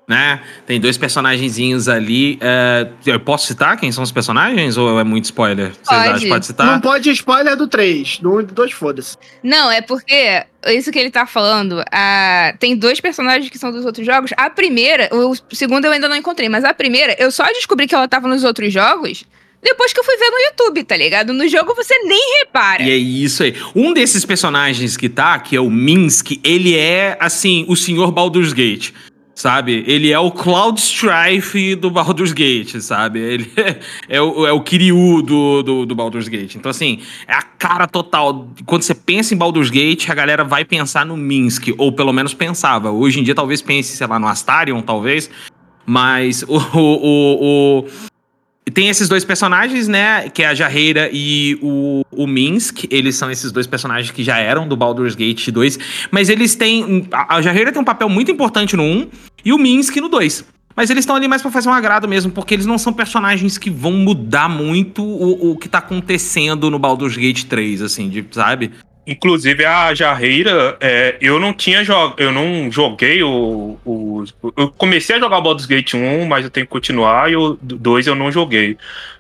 né? Tem dois personagenzinhos ali. É, eu posso citar quem são os personagens ou é muito spoiler? Vocês Pode. acham que pode citar? Não pode spoiler do três, do um e do dois, foda-se. Não, é porque isso que ele tá falando, a... tem dois personagens que são dos outros jogos. A primeira, o segundo eu ainda não encontrei, mas a primeira, eu só descobri que ela tava nos outros jogos depois que eu fui ver no YouTube, tá ligado? No jogo você nem repara. E é isso aí. Um desses personagens que tá, que é o Minsk, ele é, assim, o senhor Baldur's Gate. Sabe? Ele é o Cloud Strife do Baldur's Gate, sabe? Ele é, é, o, é o Kiryu do, do, do Baldur's Gate. Então, assim, é a cara total. Quando você pensa em Baldur's Gate, a galera vai pensar no Minsk, ou pelo menos pensava. Hoje em dia, talvez pense, sei lá, no Astarion, talvez. Mas o... o, o, o... Tem esses dois personagens, né? Que é a Jarreira e o, o Minsk. Eles são esses dois personagens que já eram do Baldur's Gate dois. Mas eles têm... A Jarreira tem um papel muito importante no um e o Minsk no dois. Mas eles estão ali mais pra fazer um agrado mesmo, porque eles não são personagens que vão mudar muito o, o que tá acontecendo no Baldur's Gate três, assim, de, sabe? Inclusive a Jarreira, é, eu não tinha jog... eu não joguei o, o. Eu comecei a jogar o Baldur's Gate um, mas eu tenho que continuar, e o dois eu não joguei.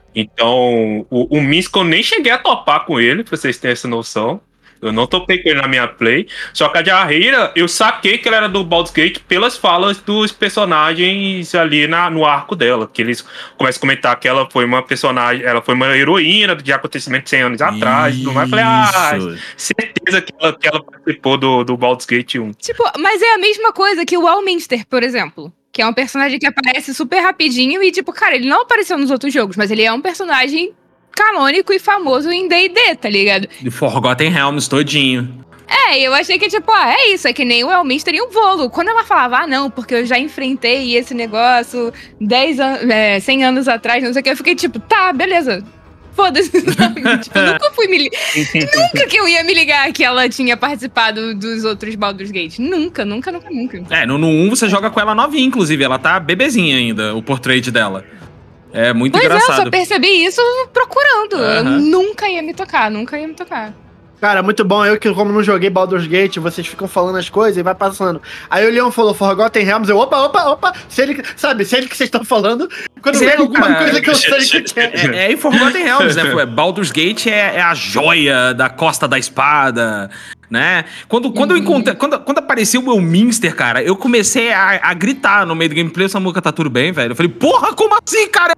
Então, o, o Minsk eu nem cheguei a topar com ele, pra vocês terem essa noção. Eu não topei com ele na minha play. Só que a Jarreira, eu saquei que ela era do Baldur's Gate pelas falas dos personagens ali na, no arco dela. Que eles começam a comentar que ela foi uma personagem, ela foi uma heroína de acontecimentos cem anos atrás. Tudo mais. Eu falei, ah, certeza que ela, que ela participou do, do Baldur's Gate um. Tipo, mas é a mesma coisa que o Alminster, por exemplo. Que é um personagem que aparece super rapidinho e, tipo, cara, ele não apareceu nos outros jogos, mas ele é um personagem canônico e famoso em D e D, tá ligado? De Forgotten Realms todinho. É, eu achei que, tipo, ah, é isso, é que nem o Elminster e o Volo. Quando ela falava, ah, não, porque eu já enfrentei esse negócio dez anos, é, cem anos atrás, não sei o que, eu fiquei tipo, tá, beleza. Foda-se. Tipo, eu nunca fui me ligar. Nunca que eu ia me ligar que ela tinha participado dos outros Baldur's Gate. Nunca, nunca, nunca, nunca. É, no, no um você joga com ela novinha, inclusive. Ela tá bebezinha ainda, o portrait dela. É muito pois engraçado. Pois é, eu só percebi isso procurando. Uhum. Eu nunca ia me tocar, nunca ia me tocar. Cara, muito bom. Eu que, como não joguei Baldur's Gate, vocês ficam falando as coisas e vai passando. Aí o Leon falou Forgotten Realms, eu, opa, opa, opa. Se ele, sabe, se ele que vocês estão falando, quando vem alguma cara, coisa que eu sei que é. É, é em Forgotten Realms, né? Baldur's Gate é, é a joia da Costa da Espada, né? Quando, quando uhum. eu encontrei, quando, quando apareceu o meu Minster, cara, eu comecei a, a gritar no meio do gameplay, o Samuca, tá tudo bem, velho? Eu falei, porra, como assim, cara?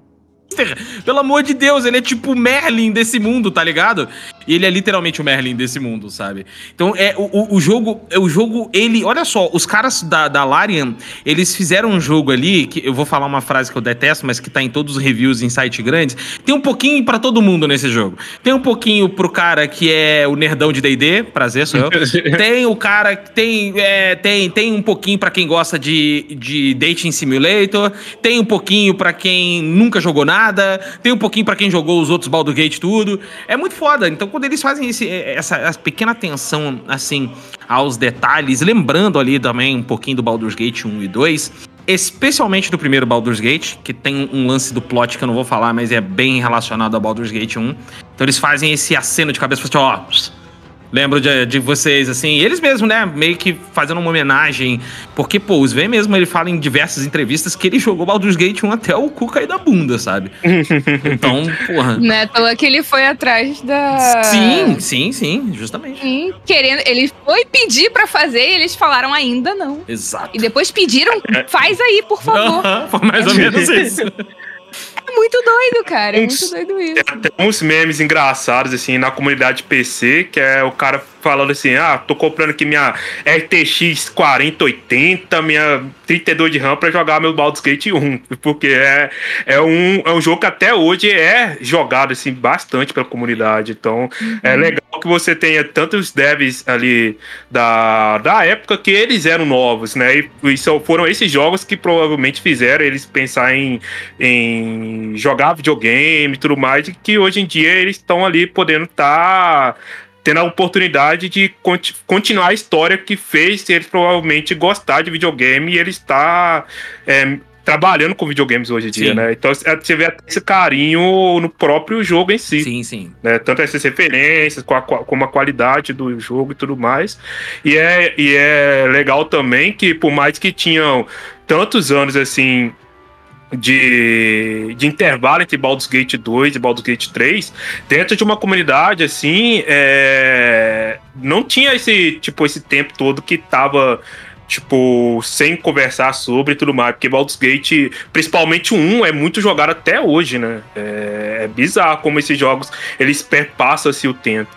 Pelo amor de Deus, ele é tipo o Merlin desse mundo, tá ligado? E ele é literalmente o Merlin desse mundo, sabe? Então, é, o, o jogo, o jogo, ele... Olha só, os caras da, da Larian, eles fizeram um jogo ali, que eu vou falar uma frase que eu detesto, mas que tá em todos os reviews em sites grandes. Tem um pouquinho pra todo mundo nesse jogo. Tem um pouquinho pro cara que é o nerdão de D e D, prazer, sou eu. Tem o cara que tem, é, tem, tem um pouquinho pra quem gosta de, de Dating Simulator. Tem um pouquinho pra quem nunca jogou nada. Tem um pouquinho pra quem jogou os outros Baldur's Gate tudo. É muito foda. Então, quando eles fazem esse, essa, essa pequena atenção, assim, aos detalhes, lembrando ali também um pouquinho do Baldur's Gate um e dois, especialmente do primeiro Baldur's Gate, que tem um lance do plot que eu não vou falar, mas é bem relacionado ao Baldur's Gate um. Então, eles fazem esse aceno de cabeça, tipo, ó... Lembro de, de vocês, assim, eles mesmos, né, meio que fazendo uma homenagem, porque, pô, os V mesmo, ele fala em diversas entrevistas que ele jogou Baldur's Gate um até o cu cair da bunda, sabe? Então, porra... Não é à toa que ele foi atrás da... Sim, sim, sim, justamente. Sim, querendo, ele foi pedir pra fazer e eles falaram ainda não. Exato. E depois pediram, faz aí, por favor. Uh-huh, foi mais ou menos isso. É muito doido, cara. É muito doido isso. Tem até uns memes engraçados, assim, na comunidade P C, que é o cara falando assim, ah, tô comprando aqui minha R T X quarenta oitenta, minha trinta e dois de RAM pra jogar meu Baldur's Gate um, porque é, é, um, é um jogo que até hoje é jogado, assim, bastante pela comunidade, então uhum. é legal que você tenha tantos devs ali da, da época que eles eram novos, né, e, e só foram esses jogos que provavelmente fizeram eles pensar em, em jogar videogame e tudo mais, e que hoje em dia eles estão ali podendo estar... Tá tendo a oportunidade de conti- continuar a história que fez eles provavelmente gostar de videogame, e ele está é, trabalhando com videogames hoje em dia, Sim. né? Então você vê até esse carinho no próprio jogo em si. Sim, sim. Né? Tanto essas referências, com a, como a qualidade do jogo e tudo mais. E é, e é legal também que, por mais que tinham tantos anos assim de, de intervalo entre Baldur's Gate dois e Baldur's Gate três, dentro de uma comunidade assim, é, não tinha esse, tipo, esse tempo todo que tava, tipo, sem conversar sobre e tudo mais, porque Baldur's Gate, principalmente o um, é muito jogado até hoje, né? É, é bizarro como esses jogos, eles perpassam-se o tempo.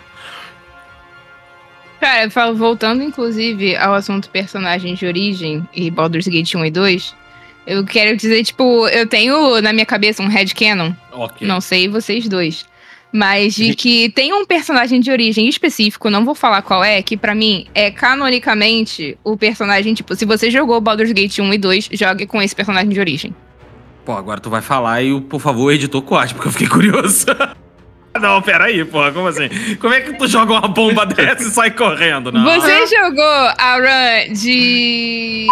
Cara, eu falo, voltando inclusive ao assunto personagens de origem e Baldur's Gate um e dois, eu quero dizer, tipo, eu tenho na minha cabeça um headcanon, Ok. não sei vocês dois, mas de que tem um personagem de origem específico, não vou falar qual é, que pra mim é canonicamente o personagem, tipo, se você jogou Baldur's Gate um e dois, jogue com esse personagem de origem. Pô, agora tu vai falar e, por favor, editor corte, porque eu fiquei curioso. Não, peraí, porra, como assim? Como é que tu joga uma bomba dessa e sai correndo? Não. Você jogou a run de...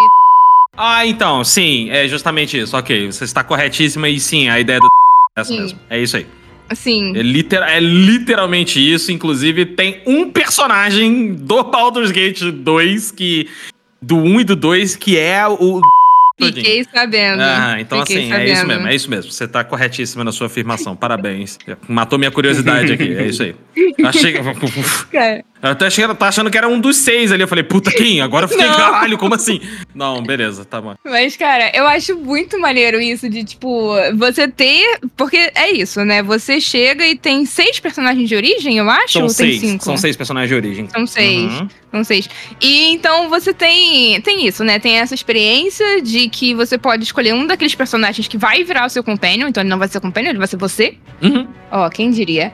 Ah, então, sim, é justamente isso. Ok, você está corretíssima e sim, a ideia do é essa Sim. mesmo. É isso aí. Assim, É, liter- é literalmente isso. Inclusive, tem um personagem do Baldur's Gate dois, que, do um e do dois, que é o... fiquei sabendo. Ah, então Fiquei assim, é isso sabendo. mesmo, é isso mesmo. Você tá corretíssima na sua afirmação, parabéns. Matou minha curiosidade aqui, é isso aí. Eu achei... Cara, Eu até achei que ela tá achando que era um dos seis ali. Eu falei, puta, quem? Agora eu fiquei, Não. caralho, como assim? Não, beleza, tá bom. mas, cara, eu acho muito maneiro isso de, tipo, você ter... Porque é isso, né? Você chega e tem seis personagens de origem, eu acho? São ou tem seis, cinco? são seis personagens de origem. São seis. Uhum. São seis. E então você tem, tem isso, né? Tem essa experiência de que você pode escolher um daqueles personagens que vai virar o seu companion. Então ele não vai ser companion, ele vai ser você. Uhum. Ó, quem diria?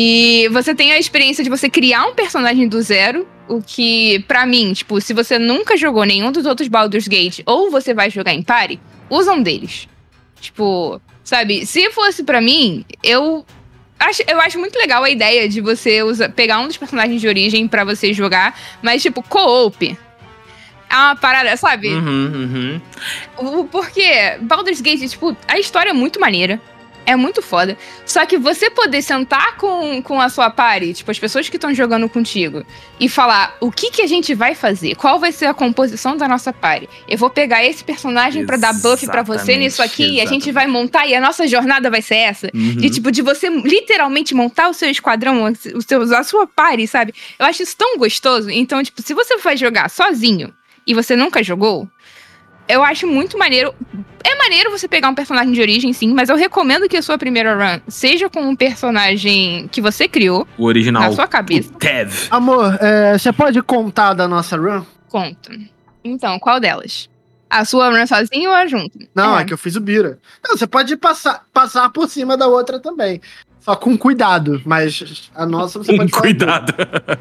E você tem a experiência de você criar um personagem do zero. O que, pra mim, tipo, se você nunca jogou nenhum dos outros Baldur's Gate ou você vai jogar em party, usa um deles. Tipo, sabe? Se fosse pra mim, eu... Acho, eu acho muito legal a ideia de você usa, pegar um dos personagens de origem pra você jogar, mas tipo, co-op. É uma parada, sabe? Uhum, uhum. O- Porque Baldur's Gate, tipo, a história é muito maneira. É muito foda. Só que você poder sentar com, com a sua party, tipo, as pessoas que estão jogando contigo, e falar o que, que a gente vai fazer, qual vai ser a composição da nossa party. Eu vou pegar esse personagem pra dar buff pra você Exatamente, nisso aqui, e a gente exatamente. vai montar, e a nossa jornada vai ser essa. Uhum. De, tipo, de você literalmente montar o seu esquadrão, o seu, a sua party, sabe? Eu acho isso tão gostoso. Então, tipo, se você vai jogar sozinho e você nunca jogou, eu acho muito maneiro. É maneiro você pegar um personagem de origem, sim, mas eu recomendo que a sua primeira run seja com um personagem que você criou O original. na sua cabeça. O Tev. Amor, é, você pode contar da nossa run? Conta. Então, qual delas? A sua run sozinho ou a junto? Não, é. É. que eu fiz o Bira. Não, você pode passar, passar por cima da outra também. Só com cuidado, mas a nossa você Com pode falar cuidado.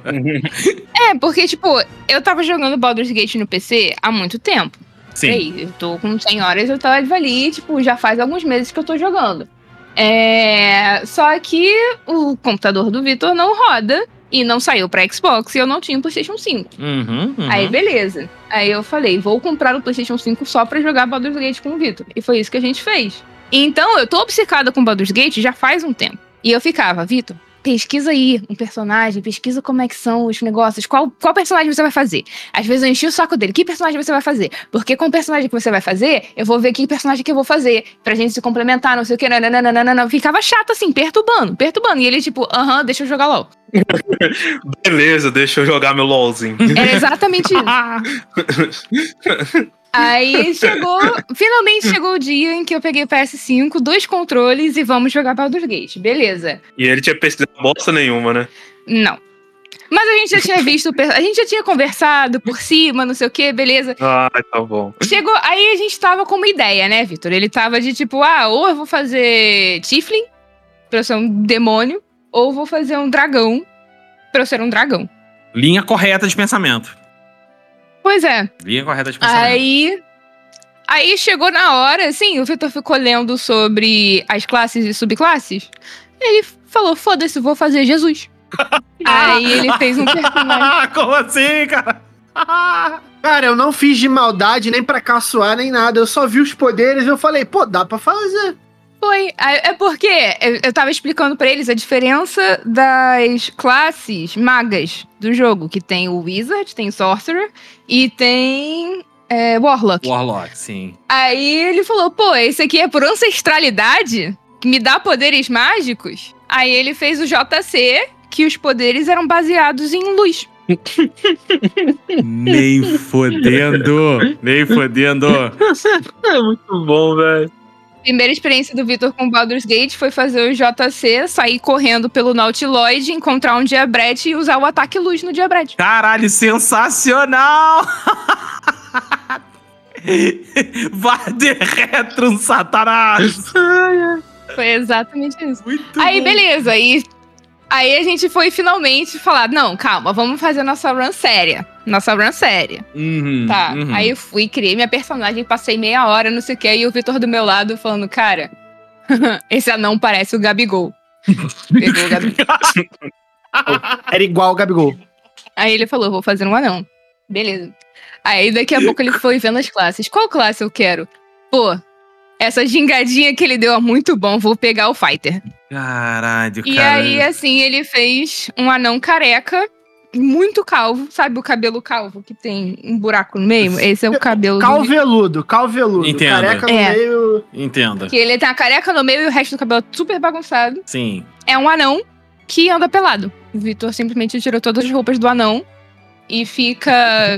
É, porque, tipo, eu tava jogando Baldur's Gate no P C há muito tempo. Sim. Ei, eu tô com cem horas, eu tava ali, tipo, já faz alguns meses que eu tô jogando. É... Só que o computador do Vitor não roda e não saiu pra Xbox e eu não tinha um PlayStation cinco. Uhum, uhum. Aí, beleza. Aí eu falei, vou comprar o PlayStation cinco só pra jogar Baldur's Gate com o Vitor. E foi isso que a gente fez. Então, eu tô obcecada com Baldur's Gate já faz um tempo. E eu ficava, Vitor, pesquisa aí um personagem, pesquisa como é que são os negócios, qual, qual personagem você vai fazer. Às vezes eu enchi o saco dele, que personagem você vai fazer? Porque com o personagem que você vai fazer, eu vou ver que personagem que eu vou fazer, pra gente se complementar, não sei o que, nananana. Ficava chato assim, perturbando, perturbando. E ele tipo, aham, deixa eu jogar LOL. Beleza, deixa eu jogar meu LOLzinho. Era exatamente isso. Aí chegou, finalmente chegou o dia em que eu peguei o P S cinco, dois controles e vamos jogar Baldur's Gate. Beleza. E ele tinha pesquisado bosta nenhuma, né? Não. Mas a gente já tinha visto, o per- a gente já tinha conversado por cima, não sei o que, beleza. Ah, tá bom. Chegou, aí a gente tava com uma ideia, né, Vitor? Ele tava de tipo, ah, ou eu vou fazer Tiflin, pra eu ser um demônio, ou vou fazer um dragão, pra eu ser um dragão. Linha correta de pensamento. Pois é. Linha correta de pensamento. Aí, aí chegou na hora, assim, o Vitor ficou lendo sobre as classes e subclasses. Ele falou, foda-se, vou fazer Jesus. Aí ele fez um personagem. Como assim, cara? Cara, eu não fiz de maldade, nem pra caçoar, nem nada. Eu só vi os poderes e eu falei, pô, dá pra fazer. Foi. É porque eu, eu tava explicando pra eles a diferença das classes magas do jogo. Que tem o Wizard, tem o Sorcerer e tem é, Warlock. Warlock, sim. Aí ele falou, pô, esse aqui é por ancestralidade? Que me dá poderes mágicos? Aí ele fez o J C, que os poderes eram baseados em luz. Nem fodendo. Nem fodendo. É muito bom, velho. Primeira experiência do Vitor com Baldur's Gate foi fazer o J C, sair correndo pelo Nautiloid, encontrar um Diabrete e usar o ataque luz no Diabrete. Caralho, sensacional! Vader Retro, Satanás! Foi exatamente isso. Muito Aí, bom. beleza. Aí, aí a gente foi finalmente falar, não, calma, vamos fazer nossa run séria. Nossa run séria. Uhum, Tá, uhum. aí eu fui, criei minha personagem, passei meia hora, não sei o que, e o Vitor do meu lado falando, cara, esse anão parece o Gabigol. Pegou o Gabigol. Era igual o Gabigol. Aí ele falou, vou fazer um anão. Beleza. Aí daqui a pouco ele foi vendo as classes. Qual classe eu quero? Pô, essa gingadinha que ele deu é muito bom, vou pegar o Fighter. Caralho, E cara. aí, assim, ele fez um anão careca, muito calvo, sabe o cabelo calvo que tem um buraco no meio? Esse é o cabelo do... Calveludo, calveludo. Entendo. Careca no É. meio. Entenda. Que ele tem a careca no meio e o resto do cabelo é super bagunçado. Sim. É um anão que anda pelado. O Vitor simplesmente tirou todas as roupas do anão e fica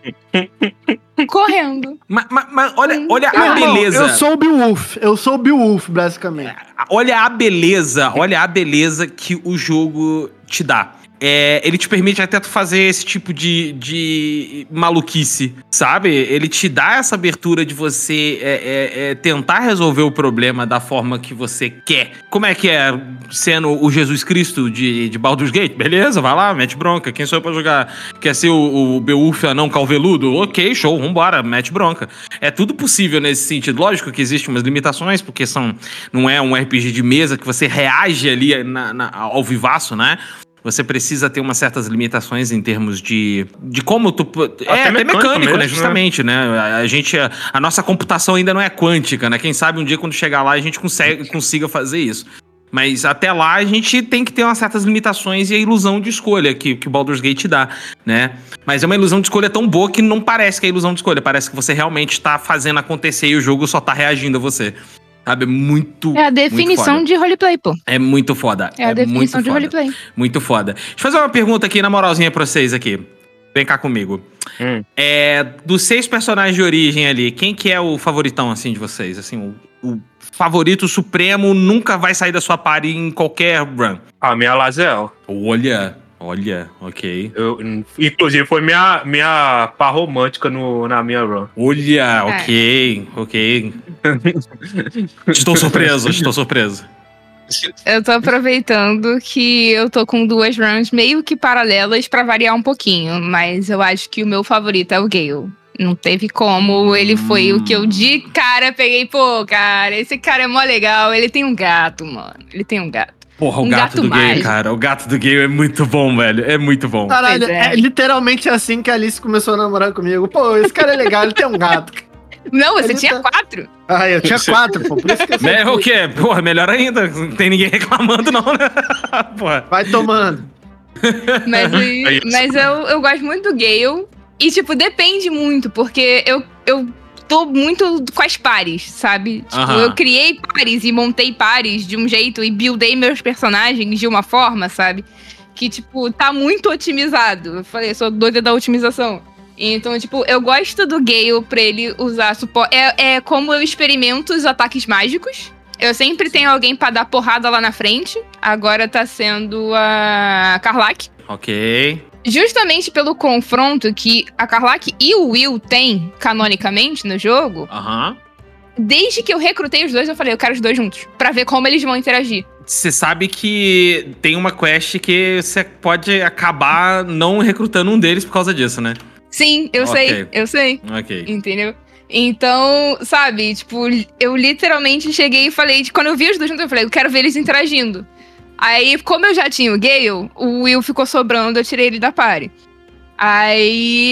correndo. Mas, mas- mas olha, olha Meu a irmão, beleza. eu sou o Beowulf. Eu sou o Beowulf, basicamente. Olha a beleza, olha a beleza que o jogo te dá. É, ele te permite até tu fazer esse tipo de, de maluquice, sabe? Ele te dá essa abertura de você é, é, é, tentar resolver o problema da forma que você quer. Como é que é sendo o Jesus Cristo de, de Baldur's Gate? Beleza, vai lá, mete bronca. Quem sou eu pra jogar? Quer ser o, o Beowulf anão calveludo? Ok, show, vambora, mete bronca. É tudo possível nesse sentido. Lógico que existem umas limitações, porque são, não é um R P G de mesa que você reage ali na, na, ao vivaço, né? Você precisa ter umas certas limitações em termos de, de como tu... É, até mecânico mecânico, mesmo, né? né? Justamente, né? A, a gente... A, a nossa computação ainda não é quântica, né? Quem sabe um dia quando chegar lá a gente consegue, consiga fazer isso. Mas até lá a gente tem que ter umas certas limitações e a ilusão de escolha que, que o Baldur's Gate dá, né? Mas é uma ilusão de escolha tão boa que não parece que é ilusão de escolha. Parece que você realmente tá fazendo acontecer e o jogo só tá reagindo a você. Sabe? É muito, É a definição muito de roleplay, pô. É muito foda. É a definição muito de foda. roleplay. Muito foda. Deixa eu fazer uma pergunta aqui, na moralzinha pra vocês aqui. Vem cá comigo. Hum. É, dos seis personagens de origem ali, quem que é o favoritão, assim, de vocês? Assim, o, o favorito supremo nunca vai sair da sua party em qualquer run. A minha Lazel. Olha, olha, ok. Eu, inclusive, foi minha, minha par romântica no, na minha run. Olha, ok, ok. Estou surpreso, estou surpreso. Eu tô aproveitando que eu tô com duas runs meio que paralelas pra variar um pouquinho, mas eu acho que o meu favorito é o Gale. Não teve como, ele foi o que eu de cara peguei, pô, cara, esse cara é mó legal, ele tem um gato, mano, ele tem um gato. Porra, o Um gato, gato do Gale, mágico. cara. O gato do Gale é muito bom, velho. É muito bom. Caralho, Pois é. é literalmente assim que a Alice começou a namorar comigo. Pô, esse cara é legal, ele tem um gato. Não, você Ele tinha tá- quatro. Ah, eu tinha quatro, pô, por isso que eu É, sempre- o quê? Porra, melhor ainda. Não tem ninguém reclamando, não, né? Porra. Vai tomando. Mas, e- É isso. mas eu, eu gosto muito do Gale. E, tipo, depende muito, porque eu, eu tô muito com as pares, sabe? Tipo, Aham. eu criei pares e montei pares de um jeito e buildei meus personagens de uma forma, sabe? Que, tipo, tá muito otimizado. Eu falei, eu sou doida da otimização. Então, tipo, eu gosto do Gale pra ele usar suporte. É, é como eu experimento os ataques mágicos. Eu sempre tenho alguém pra dar porrada lá na frente. Agora tá sendo a Karlach. Ok. Justamente pelo confronto que a Karlach e o Will têm, canonicamente, no jogo, Aham. desde que eu recrutei os dois, eu falei, eu quero os dois juntos. Pra ver como eles vão interagir. Você sabe que tem uma quest que você pode acabar não recrutando um deles por causa disso, né? Sim, eu Ok. sei, eu sei. Ok. Entendeu? Então, sabe, tipo, eu literalmente cheguei e falei, quando eu vi os dois juntos, eu falei, eu quero ver eles interagindo. Aí, como eu já tinha o Gale, o Will ficou sobrando, eu tirei ele da party. Aí,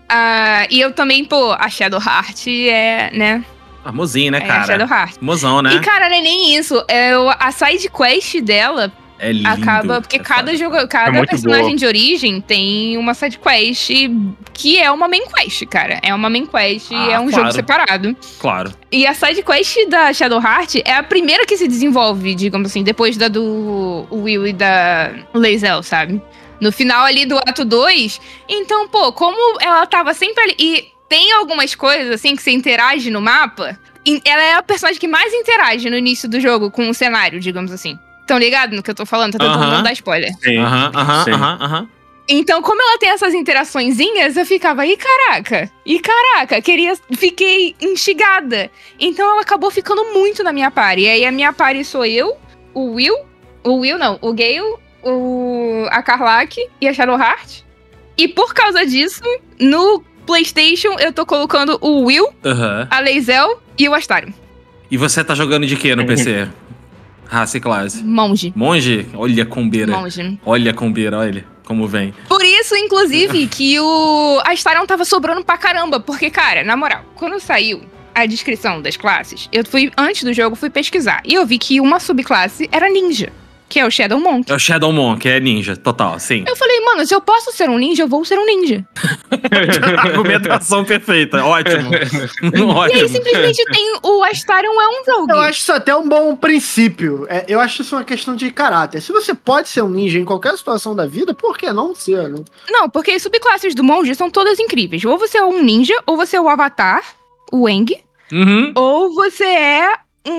Ah, e eu também, pô, a Shadow Heart é, né? Famosinho, né, É a cara? Shadow Heart. Famosão, né? E, cara, não é nem isso. É, o- a side quest dela É lindo. acaba. Porque é cada, foda. jogo, cada muito personagem boa. de origem tem uma side quest que é uma main quest, cara. É uma main quest e Ah, é um claro. jogo separado. Claro. E a side quest da Shadow Heart é a primeira que se desenvolve, digamos assim, depois da do Will e da Lae'zel, sabe? No final ali do ato dois. Então, pô, como ela tava sempre ali. E tem algumas coisas, assim, que você interage no mapa. e ela é a personagem que mais interage no início do jogo com o cenário, digamos assim. Tão ligado no que eu tô falando? Tô tentando Aham. não dar spoiler. Sim. Aham, aham, Sim. aham, aham. Então, como ela tem essas interaçõezinhas, eu ficava, ih, caraca, ih, caraca, queria, fiquei instigada. Então, ela acabou ficando muito na minha party. E aí, a minha party sou eu, o Will, o Will não, o Gale, o, a Karlach e a Shadow Heart. E por causa disso, no PlayStation, eu tô colocando o Will, Aham. a Lae'zel e o Astarion. E você tá jogando de quê no P C? Raça e classe. Monge. Monge? Olha a combeira. Monge. Olha a combeira, olha como vem. Por isso, inclusive, que o Astarion tava sobrando pra caramba. Porque, cara, na moral, quando saiu a descrição das classes, eu fui, antes do jogo, fui pesquisar. E eu vi que uma subclasse era ninja, que é o Shadow Monk. É o Shadow Monk, é ninja, total, sim. Eu falei, mano, se eu posso ser um ninja, eu vou ser um ninja. Argumentação perfeita, ótimo. E ótimo. aí, simplesmente tem o Astarion é um rogue. Eu acho isso até um bom princípio. É, eu acho isso uma questão de caráter. Se você pode ser um ninja em qualquer situação da vida, por que não ser? Né? Não, porque as subclasses do monge são todas incríveis. Ou você é um ninja, ou você é o Avatar, o Eng, Uhum. ou você é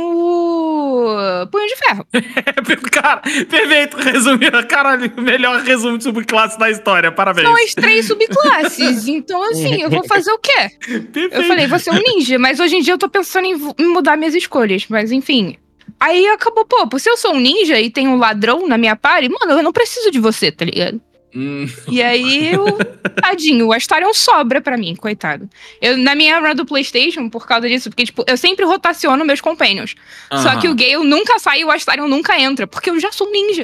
o Punho de Ferro. Cara, perfeito, resumindo. Caralho, melhor resumo de subclasse da história, parabéns. São as três subclasses. Então, assim, eu vou fazer o quê? Perfeito. Eu falei, vou ser um ninja, mas hoje em dia eu tô pensando em, em mudar minhas escolhas. Mas, enfim. Aí acabou, pô, se eu sou um ninja e tenho um ladrão na minha party, mano, eu não preciso de você, tá ligado? Hum. E aí, eu, tadinho, o Astarion sobra pra mim, coitado. Eu, na minha run do PlayStation, por causa disso, porque, tipo, eu sempre rotaciono meus companions. Só Aham. que o Gale nunca sai e o Astarion nunca entra, porque eu já sou um ninja,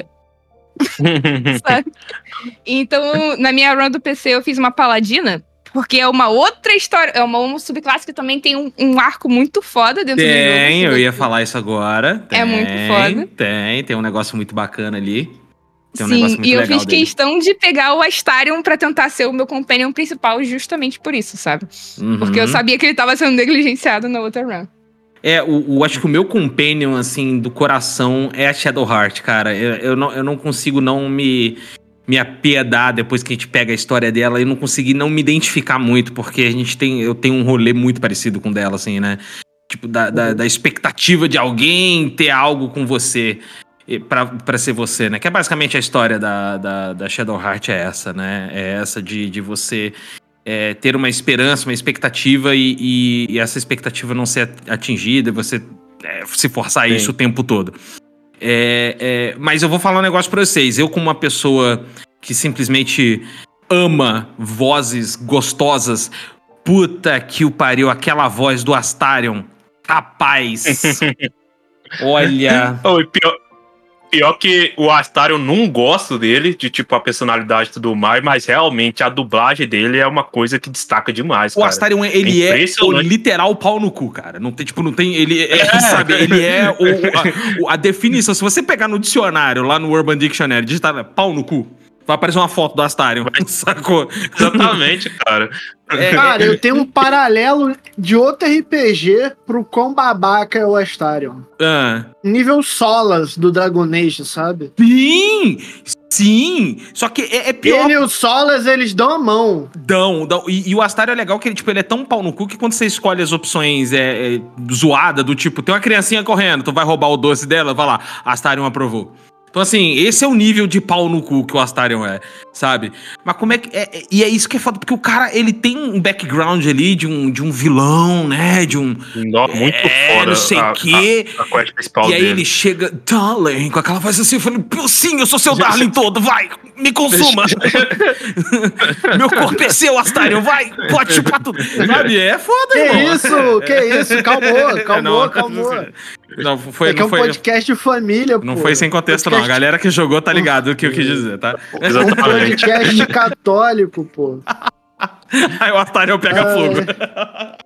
sabe? Então, na minha run do P C, eu fiz uma paladina, porque é uma outra história, é uma, uma subclasse que também tem um, um arco muito foda dentro do jogo. Tem, eu assim, ia falar isso agora. É Tem, muito foda. Tem, tem um negócio muito bacana ali. Tem um Sim, negócio muito e eu legal fiz dele. questão de pegar o Astarion pra tentar ser o meu companion principal justamente por isso, sabe? Uhum. Porque eu sabia que ele tava sendo negligenciado na outra run. É, o, o- acho que o meu companion, assim, do coração é a Shadow Heart, cara. Eu, eu, não, eu não consigo não me, me apiedar depois que a gente pega a história dela. Eu não consegui não me identificar muito, porque a gente tem, eu tenho um rolê muito parecido com o dela, assim, né? Tipo, da, da, da expectativa de alguém ter algo com você. e Pra, pra ser você, né? Que é basicamente a história da, da, da Shadow Heart é essa, né? É essa de, de você é, ter uma esperança, uma expectativa e, e- e essa expectativa não ser atingida, você é, se forçar Sim. isso o tempo todo. É, é, mas eu vou falar um negócio pra vocês. Eu, como uma pessoa que simplesmente ama vozes gostosas, puta que o pariu, aquela voz do Astarion, rapaz. Olha. Oh, e pior, pior que o Astarion, eu não gosto dele, de tipo a personalidade e tudo mais, mas realmente a dublagem dele é uma coisa que destaca demais, O cara. Astarion, ele é o impressionante. literal pau no cu, cara. Não tem, tipo, não tem. Ele é, sabe, ele é o, a, o- a definição. Se você pegar no dicionário, lá no Urban Dictionary, digitar é, pau no cu, vai aparecer uma foto do Astarion. Sacou? Exatamente, cara. É, Cara, eu tenho um paralelo de outro R P G pro quão babaca é o Astarion. ah. Nível Solas do Dragon Age, sabe? Sim! Sim! Só que é, é pior. Ele e o Solas, eles dão a mão. Dão, dão. E, e o Astarion é legal que ele, tipo, ele é tão pau no cu que quando você escolhe as opções é, é, zoada, do tipo, tem uma criancinha correndo, tu vai roubar o doce dela, vai lá, Astarion aprovou. Então, assim, esse é o nível de pau no cu que o Astarion é, sabe? Mas como é que... É, é- e é isso que é foda, porque o cara, ele tem um background ali de um, de um vilão, né? De um... No- Muito é, foda não sei a, o quê. a, a quest principal E aí dele. ele chega, Darling, com aquela voz assim, eu falei, "Pô, sim, eu sou seu Darling todo, vai, me consuma. Meu corpo é seu, Astarion, vai, pode chupar tudo. Sabe, é foda, Que irmão. isso? Que isso? Calmou, calmou, Não, calmou. Não, foi, Aqui é não um foi, podcast de família, não pô. foi sem contexto, não. A galera que jogou tá ligado o que eu quis dizer, tá? Um podcast católico, pô. Aí o Astarion pega Ah, fogo.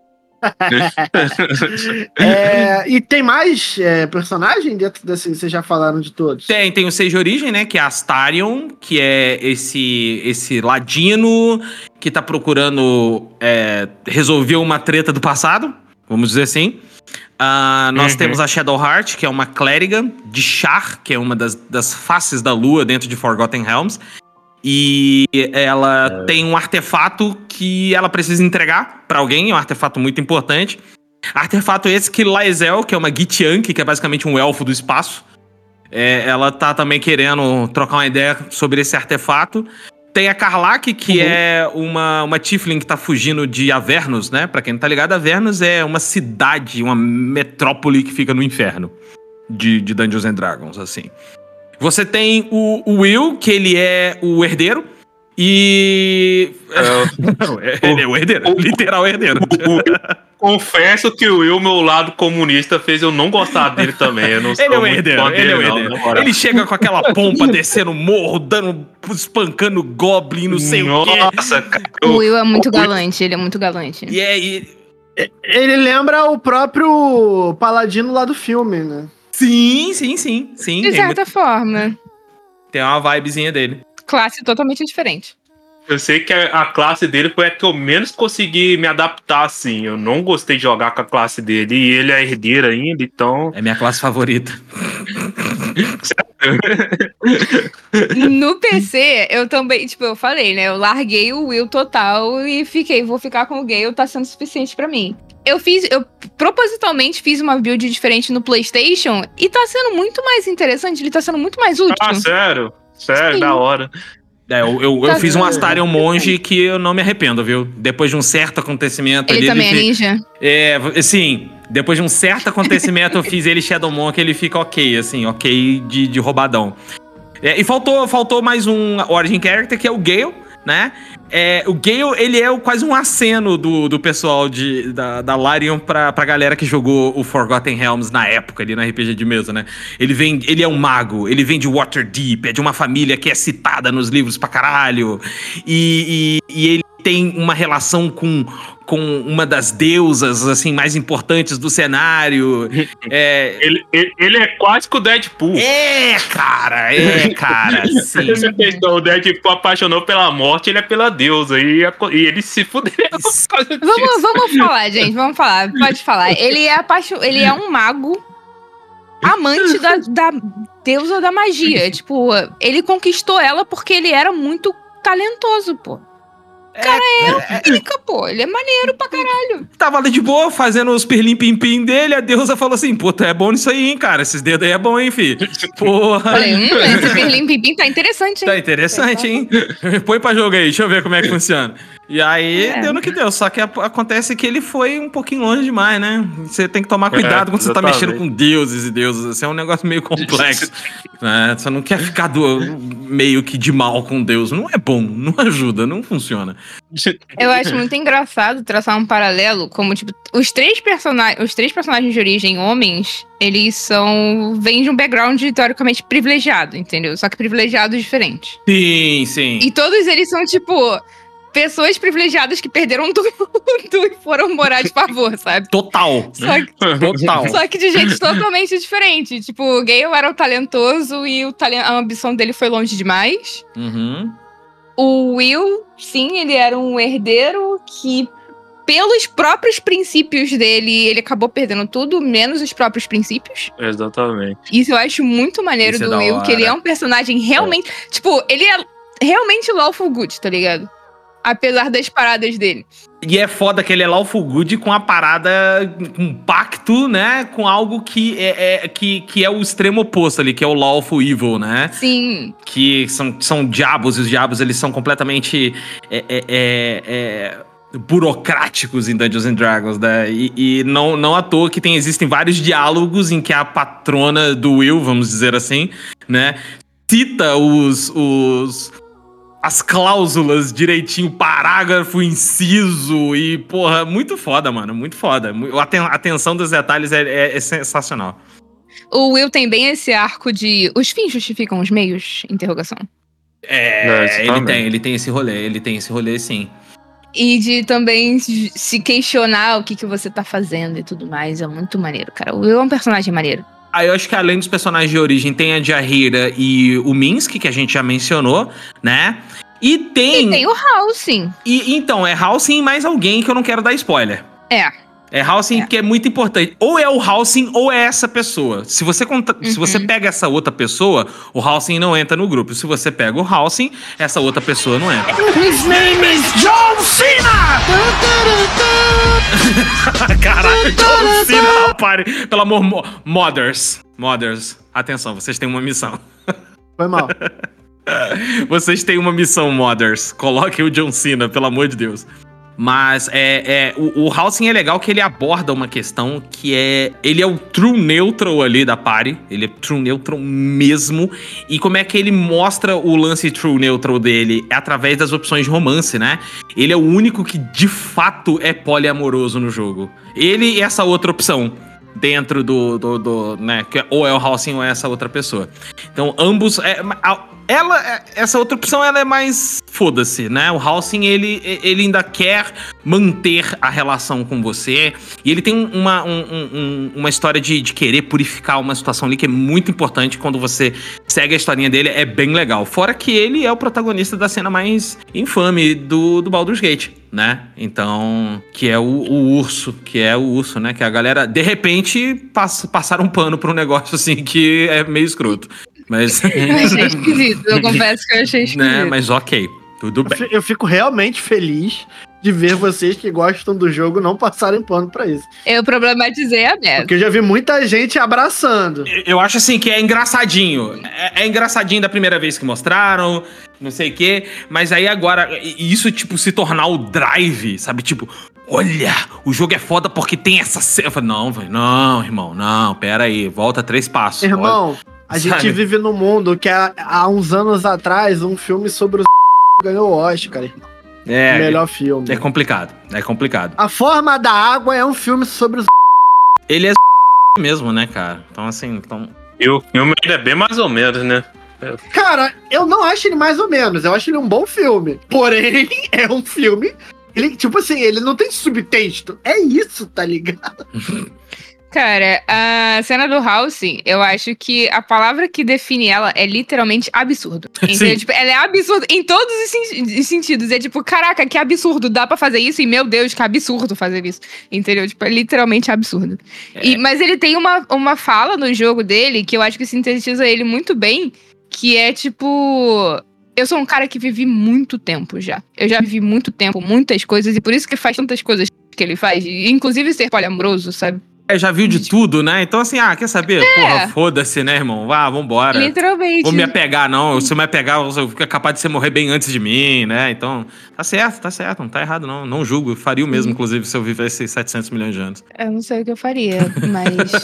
É, e tem mais é, personagem dentro desse? Vocês já falaram de todos? Tem, tem o Sage Origem, né? Que é Astarion, que é esse, esse ladino que tá procurando é, resolver uma treta do passado, vamos dizer assim. Uh, nós Uhum. temos a Shadowheart, que é uma clériga de Shar, que é uma das, das faces da lua dentro de Forgotten Realms. E ela tem um artefato que ela precisa entregar pra alguém, é um artefato muito importante. Artefato esse que Laezel, que é uma Githyanki, que é basicamente um elfo do espaço, é, ela tá também querendo trocar uma ideia sobre esse artefato. Tem a Karlach, que Uhum. é uma, uma Tiefling que tá fugindo de Avernus, né? Pra quem não tá ligado, Avernus é uma cidade, uma metrópole que fica no inferno de, de Dungeons and Dragons, assim. Você tem o, o Will, que ele é o herdeiro. E... Não, é, ele é o herdeiro, o- literal herdeiro. Confesso que o Will, meu lado comunista, fez eu não gostar dele também. Eu não sou Ele é o muito herdeiro, fã ele é o dele, não, herdeiro. na moral. Ele chega com aquela pompa descendo o morro, dando, espancando goblin, não sei o quê. Nossa, cara. O Will é muito o Will- galante, ele é muito galante. E é... E... Ele lembra o próprio Paladino lá do filme, né? Sim, sim, sim. sim De tem, muito- certa forma, tem uma vibezinha dele. classe totalmente diferente. Eu sei que a, a classe dele foi a que eu menos consegui me adaptar, assim. Eu não gostei de jogar com a classe dele. E ele é herdeiro ainda, então... É minha classe favorita. No P C, eu também, tipo, eu falei, né? Eu larguei o Will total e fiquei, vou ficar com o Gale, tá sendo suficiente pra mim. Eu fiz, eu propositalmente fiz uma build diferente no PlayStation e tá sendo muito mais interessante, ele tá sendo muito mais útil. Ah, sério? Sério, Sim. da hora. É, eu, eu, eu Tá fiz um vendo? Astarion monge que eu não me arrependo, viu? Depois de um certo acontecimento... ele ali, também é fi- ninja. É, sim. Depois de um certo acontecimento, eu fiz ele Shadow Monk, ele fica ok, assim, ok de, de roubadão. É, e faltou, faltou mais um Origin Character, que é o Gale, né? É, o Gale, ele é o, quase um aceno do, do pessoal de, da, da Larian pra, pra galera que jogou o Forgotten Realms na época, ali no R P G de mesa, né? Ele vem, ele é um mago, ele vem de Waterdeep, é de uma família que é citada nos livros pra caralho. E, e, e ele tem uma relação com, com uma das deusas, assim, mais importantes do cenário. É, Ele, ele, ele é quase que o Deadpool. é cara, é, cara, sim. Essa questão, o Deadpool apaixonou pela morte, ele é pela deusa. E, a co- e ele se fudeu por causa disso. Vamos, vamos falar, gente, vamos falar, pode falar. Ele é, apaixo... ele é um mago amante da, da deusa da magia. Tipo, ele conquistou ela porque ele era muito talentoso, pô. Cara, é, pica, pô. Ele é maneiro pra caralho. Tava ali de boa, fazendo os pirlim-pim-pim dele, a deusa falou assim, pô, tu é bom nisso aí, hein, cara, esses dedos aí é bom, hein, fi. Porra. Falei, hum, esse Perlim Pipim tá interessante, Tá hein? interessante, hein? Põe pra jogo aí, deixa eu ver como é que funciona. E aí, É. deu no que deu. Só que a- acontece que ele foi um pouquinho longe demais, né? Você tem que tomar cuidado É, quando você tá exatamente. mexendo com deuses e deusas. Assim, é um negócio meio complexo. Né? Você não quer ficar do, meio que de mal com Deus. Não é bom, não ajuda, não funciona. Eu acho muito engraçado traçar um paralelo, como, tipo, os três, persona os três personagens de origem homens, eles são... vêm de um background teoricamente privilegiado, entendeu? Só que privilegiado diferente. Sim, sim. E todos eles são, tipo, pessoas privilegiadas que perderam tudo e foram morar de favor, sabe? Total. Só que, Total. só que de gente totalmente diferente. Tipo, o Gale era o talentoso e o talen a ambição dele foi longe demais. Uhum. O Will, sim, ele era um herdeiro que, pelos próprios princípios dele, ele acabou perdendo tudo, menos os próprios princípios. Exatamente. Isso eu acho muito maneiro Isso é do da Will, hora. que ele é um personagem realmente... Tipo, ele é realmente lawful good, tá ligado? Apesar das paradas dele. E é foda que ele é lawful good com a parada, com um pacto, né? Com algo que é, é- que, que é o extremo oposto ali, que é o lawful evil, né? Sim. Que são, são diabos, e os diabos eles são completamente é, é, é, é, burocráticos em Dungeons and Dragons, né? E, e não, não à toa que tem, existem vários diálogos em que a patrona do Will, vamos dizer assim, né? Cita os... os as cláusulas direitinho, parágrafo, inciso e, porra, muito foda, mano, muito foda. Mu- A aten- a atenção dos detalhes é, é- é sensacional. O Will tem bem esse arco de os fins justificam os meios? Interrogação. É, É, isso ele também. tem, ele tem esse rolê, ele tem esse rolê sim. E de também se questionar o que, que você tá fazendo e tudo mais. É muito maneiro, cara. O Will é um personagem maneiro. Aí eu acho que além dos personagens de origem, tem a Jaheira e o Minsky, que a gente já mencionou, né? E tem... E tem o Halsey. E, então, é Halsey e mais alguém que eu não quero dar spoiler. É. É Halsey É. que é muito importante. Ou é o Halsey ou é essa pessoa. Se você, conta, Uhum. se você pega essa outra pessoa, o Halsey não entra no grupo. Se você pega o Halsey, essa outra pessoa não entra. His name is John Cena! Caralho, John Cena na party. Pelo amor, mo- mothers. Mothers, atenção, vocês têm uma missão. Foi mal. Vocês têm uma missão, mothers. Coloquem o John Cena, pelo amor de Deus. Mas é, é, o, o Halsey é legal que ele aborda uma questão que é... Ele é o true neutral ali da party. Ele é true neutral mesmo. E como é que ele mostra o lance true neutral dele? É através das opções de romance, né? Ele é o único que, de fato, é poliamoroso no jogo. Ele e essa outra opção. Dentro do, do, do né? Que ou é o Halsey ou é essa outra pessoa. Então, ambos... É, a- ela, essa outra opção, ela é mais foda-se, né? O Halsey, ele, ele ainda quer manter a relação com você. E ele tem uma, um, um, uma história de, de querer purificar uma situação ali que é muito importante. Quando você segue a historinha dele, é bem legal. Fora que ele é o protagonista da cena mais infame do, do Baldur's Gate, né? Então, que é o, o urso, que é o urso, né? Que a galera, de repente, passa, passaram um pano pra um negócio assim que é meio escroto. Mas... Eu achei esquisito. Eu confesso que eu achei esquisito. né? Mas ok, tudo bem. Eu fico realmente feliz de ver vocês que gostam do jogo não passarem pano pra isso. Eu problematizei a Beth. Porque eu já vi muita gente abraçando. Eu acho assim que é engraçadinho. É, é engraçadinho da primeira vez que mostraram, não sei o quê. Mas aí agora, isso, tipo, se tornar o drive, sabe? Tipo, olha, o jogo é foda porque tem essa cena. Eu falei, não, velho, não, irmão, não, pera aí, volta três passos. Irmão, a gente Sabe? vive num mundo que há, há uns anos atrás um filme sobre os ganhou o Oscar, irmão. É, O melhor filme. é complicado, é complicado. A Forma da Água é um filme sobre os Ele é mesmo, né, cara? Então, assim, então... E o filme ainda é bem mais ou menos, né? Cara, eu não acho ele mais ou menos. Eu acho ele um bom filme. Porém, é um filme... Ele, tipo assim, ele não tem subtexto. É isso, tá ligado? Cara, a cena do Halsey, eu acho que a palavra que define ela é literalmente absurdo. Entendeu? Tipo, ela é absurda em todos os, sen- os sentidos. É tipo, caraca, que absurdo, dá pra fazer isso? E meu Deus, que absurdo fazer isso. Entendeu? Tipo, é literalmente absurdo. E, mas ele tem uma, uma fala no jogo dele que eu acho que sintetiza ele muito bem, que é tipo... Eu sou um cara que vivi muito tempo já. Eu já vivi muito tempo, muitas coisas, e por isso que faz tantas coisas que ele faz. Inclusive ser poliamoroso, sabe? É, já viu de tudo, né? Então, assim, ah, quer saber? É. Porra, foda-se, né, irmão? Vá, vambora. Literalmente. Vou me apegar, não. Se eu me apegar, eu fico capaz de você morrer bem antes de mim, né? Então, tá certo, tá certo. Não tá errado, não. Não julgo. Eu faria o mesmo, inclusive, se eu vivesse setecentos milhões de anos. Eu não sei o que eu faria, mas...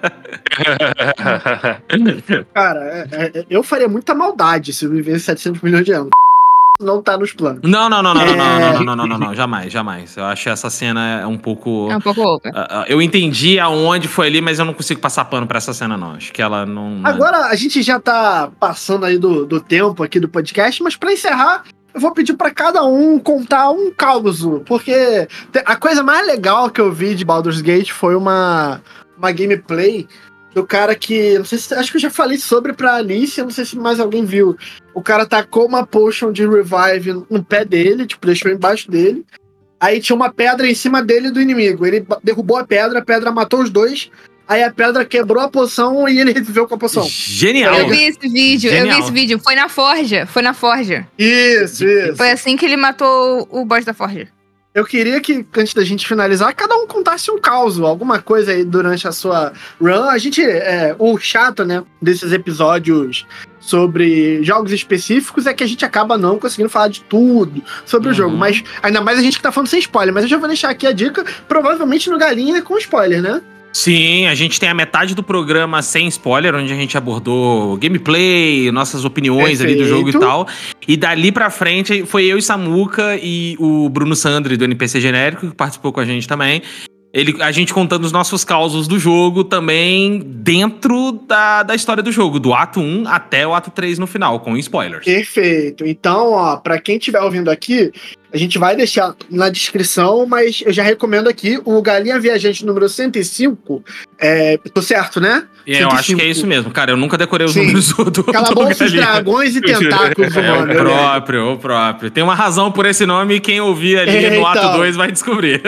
Cara, é- é- eu faria muita maldade se eu vivesse setecentos milhões de anos. Não tá nos planos. Não, não, não, não, não, não, É. não, não, não, não, não. Jamais, jamais. Eu acho essa cena é um pouco... É um pouco over. Ah, ah, eu entendi aonde foi ali, mas eu não consigo passar pano pra essa cena, não. Acho que ela não... Agora, a gente já tá passando aí do, do tempo aqui do podcast, mas pra encerrar, eu vou pedir pra cada um contar um caos, porque te- a coisa mais legal que eu vi de Baldur's Gate foi uma, uma gameplay do cara que, não sei se, acho que eu já falei sobre pra Alice, eu não sei se mais alguém viu. O cara tacou uma potion de revive no pé dele, tipo, deixou embaixo dele. Aí tinha uma pedra em cima dele do inimigo. Ele ba- derrubou a pedra, a pedra matou os dois. Aí a pedra quebrou a poção e ele reviveu com a poção. Genial. Eu vi esse vídeo, eu Genial. vi esse vídeo. Foi na Forja, foi na Forja. Isso, isso. Foi assim que ele matou o boss da Forja. Eu queria que, antes da gente finalizar, cada um contasse um caos, alguma coisa aí durante a sua run. A gente, é, o chato, né, desses episódios sobre jogos específicos é que a gente acaba não conseguindo falar de tudo sobre Uhum. o jogo. Mas, ainda mais a gente que tá falando sem spoiler. Mas eu já vou deixar aqui a dica, provavelmente no Galinha com spoiler, né? Sim, a gente tem a metade do programa sem spoiler, onde a gente abordou gameplay, nossas opiniões ali do jogo e Perfeito. tal. E dali pra frente foi eu e Samuca e o Bruno Sandri, do N P C Genérico, que participou com a gente também. Ele, a gente contando os nossos causos do jogo também dentro da, da história do jogo, do ato um até o ato três no final, com spoilers. Perfeito. Então, ó, pra quem estiver ouvindo aqui, a gente vai deixar na descrição, mas eu já recomendo aqui o Galinha Viajante número cento e cinco. É, tô certo, né? É, eu acho que é isso mesmo, cara. Eu nunca decorei os Sim. números do Calabouços, Dragões e Tentáculos. É o nome, o próprio, o próprio. Tem uma razão por esse nome e quem ouvir ali É, no ato então. dois vai descobrir.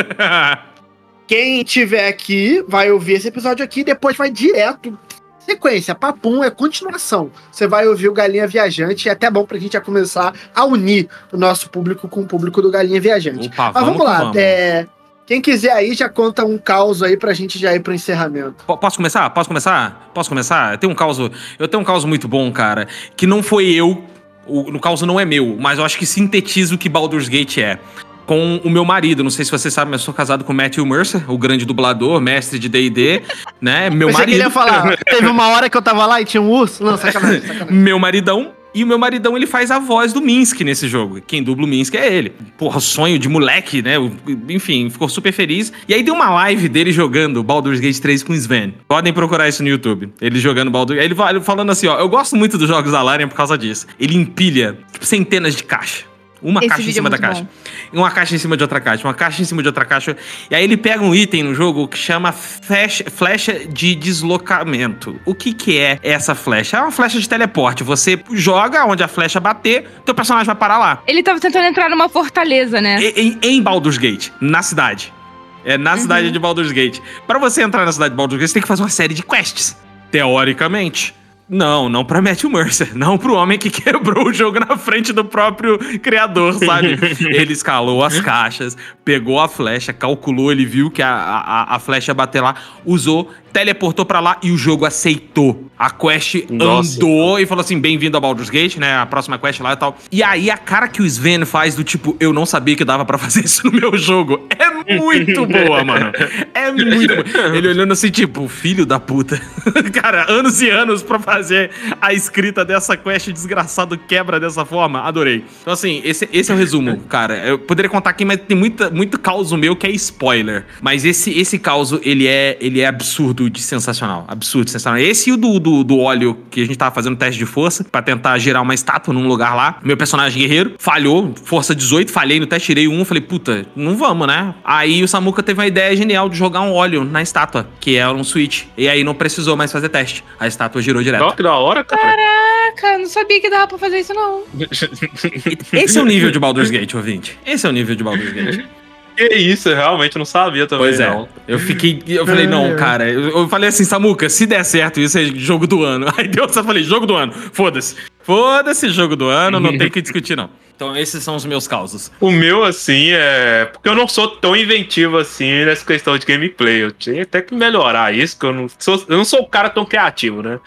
Quem tiver aqui vai ouvir esse episódio aqui e depois vai direto. Sequência, papum, é continuação. Você vai ouvir o Galinha Viajante e é até bom pra gente já começar a unir o nosso público com o público do Galinha Viajante. Opa, Mas vamos, vamos lá, vamos. é, quem quiser aí já conta um caos aí pra gente já ir pro encerramento. P- Posso começar? Posso começar? Posso começar? Eu tenho um caos, eu tenho um caos muito bom, cara, que não foi eu, o, no caso não é meu, mas eu acho que sintetiza o que Baldur's Gate é. Com o meu marido, não sei se você sabe, mas eu sou casado com o Matthew Mercer, o grande dublador, mestre de D e D, né? Meu Pensei que ele marido. ia falar, teve uma hora que eu tava lá e tinha um urso. Não, sacanagem, sacanagem. Meu maridão. E o meu maridão, ele faz a voz do Minsk nesse jogo. Quem dubla o Minsk é ele. Porra, sonho de moleque, né? Enfim, ficou super feliz. E aí tem uma live dele jogando Baldur's Gate três com o Sven. Podem procurar isso no YouTube. Ele jogando Baldur's Gate. Ele vai falando assim, ó, eu gosto muito dos jogos da Larian por causa disso. Ele empilha tipo, centenas de caixas. Uma Esse caixa em vídeo cima é da muito caixa. E uma caixa em cima de outra caixa. Uma caixa em cima de outra caixa. E aí ele pega um item no jogo que chama flecha, flecha de deslocamento. O que que é essa flecha? É uma flecha de teleporte. Você joga onde a flecha bater, teu personagem vai parar lá. Ele tava tentando entrar numa fortaleza, né? E- Em, em Baldur's Gate, na cidade. É na Uhum. cidade de Baldur's Gate. Pra você entrar na cidade de Baldur's Gate, você tem que fazer uma série de quests. Teoricamente. Não, não pra Matthew Mercer. Não pro homem que quebrou o jogo na frente do próprio criador, sabe? Ele escalou as caixas, pegou a flecha, calculou, ele viu que a, a, a flecha ia bater lá, usou, teleportou pra lá e o jogo aceitou. A quest Nossa. andou e falou assim, bem-vindo a Baldur's Gate, né? A próxima quest lá e tal. E aí a cara que o Sven faz do tipo, eu não sabia que dava pra fazer isso no meu jogo. É muito boa, mano. É muito boa. Ele olhando assim, tipo, filho da puta. Cara, anos e anos pra fazer a escrita dessa quest desgraçado quebra dessa forma. Adorei. Então assim, esse, esse é o resumo, cara. Eu poderia contar aqui, mas tem muita, muito caos meu que é spoiler. Mas esse, esse caos, ele é, ele é absurdo de sensacional. Absurdo de sensacional. Esse e o do, do, do óleo, que a gente tava fazendo teste de força pra tentar girar uma estátua num lugar lá. Meu personagem guerreiro falhou, força dezoito, falhei no teste, tirei um, falei, puta, não vamos, né? Aí o Samuka teve uma ideia genial de jogar um óleo na estátua, que é um switch. E aí não precisou mais fazer teste. A estátua girou direto. Ó, que da hora, cara. Caraca, eu não sabia que dava pra fazer isso, não. Esse é o nível de Baldur's Gate, ouvinte. Esse é o nível de Baldur's Gate. Que isso, eu realmente não sabia também, Pois é. não. Eu fiquei. Eu falei, não, cara. Eu, eu falei assim, Samuka, se der certo, isso é jogo do ano. Aí deu, eu falei, jogo do ano. Foda-se. Foda-se, jogo do ano, não tem o que discutir, não. Então, esses são os meus causos. O meu, assim, é... Porque eu não sou tão inventivo, assim, nessa questão de gameplay. Eu tinha até que melhorar isso, que eu não sou, eu não sou um cara tão criativo, né?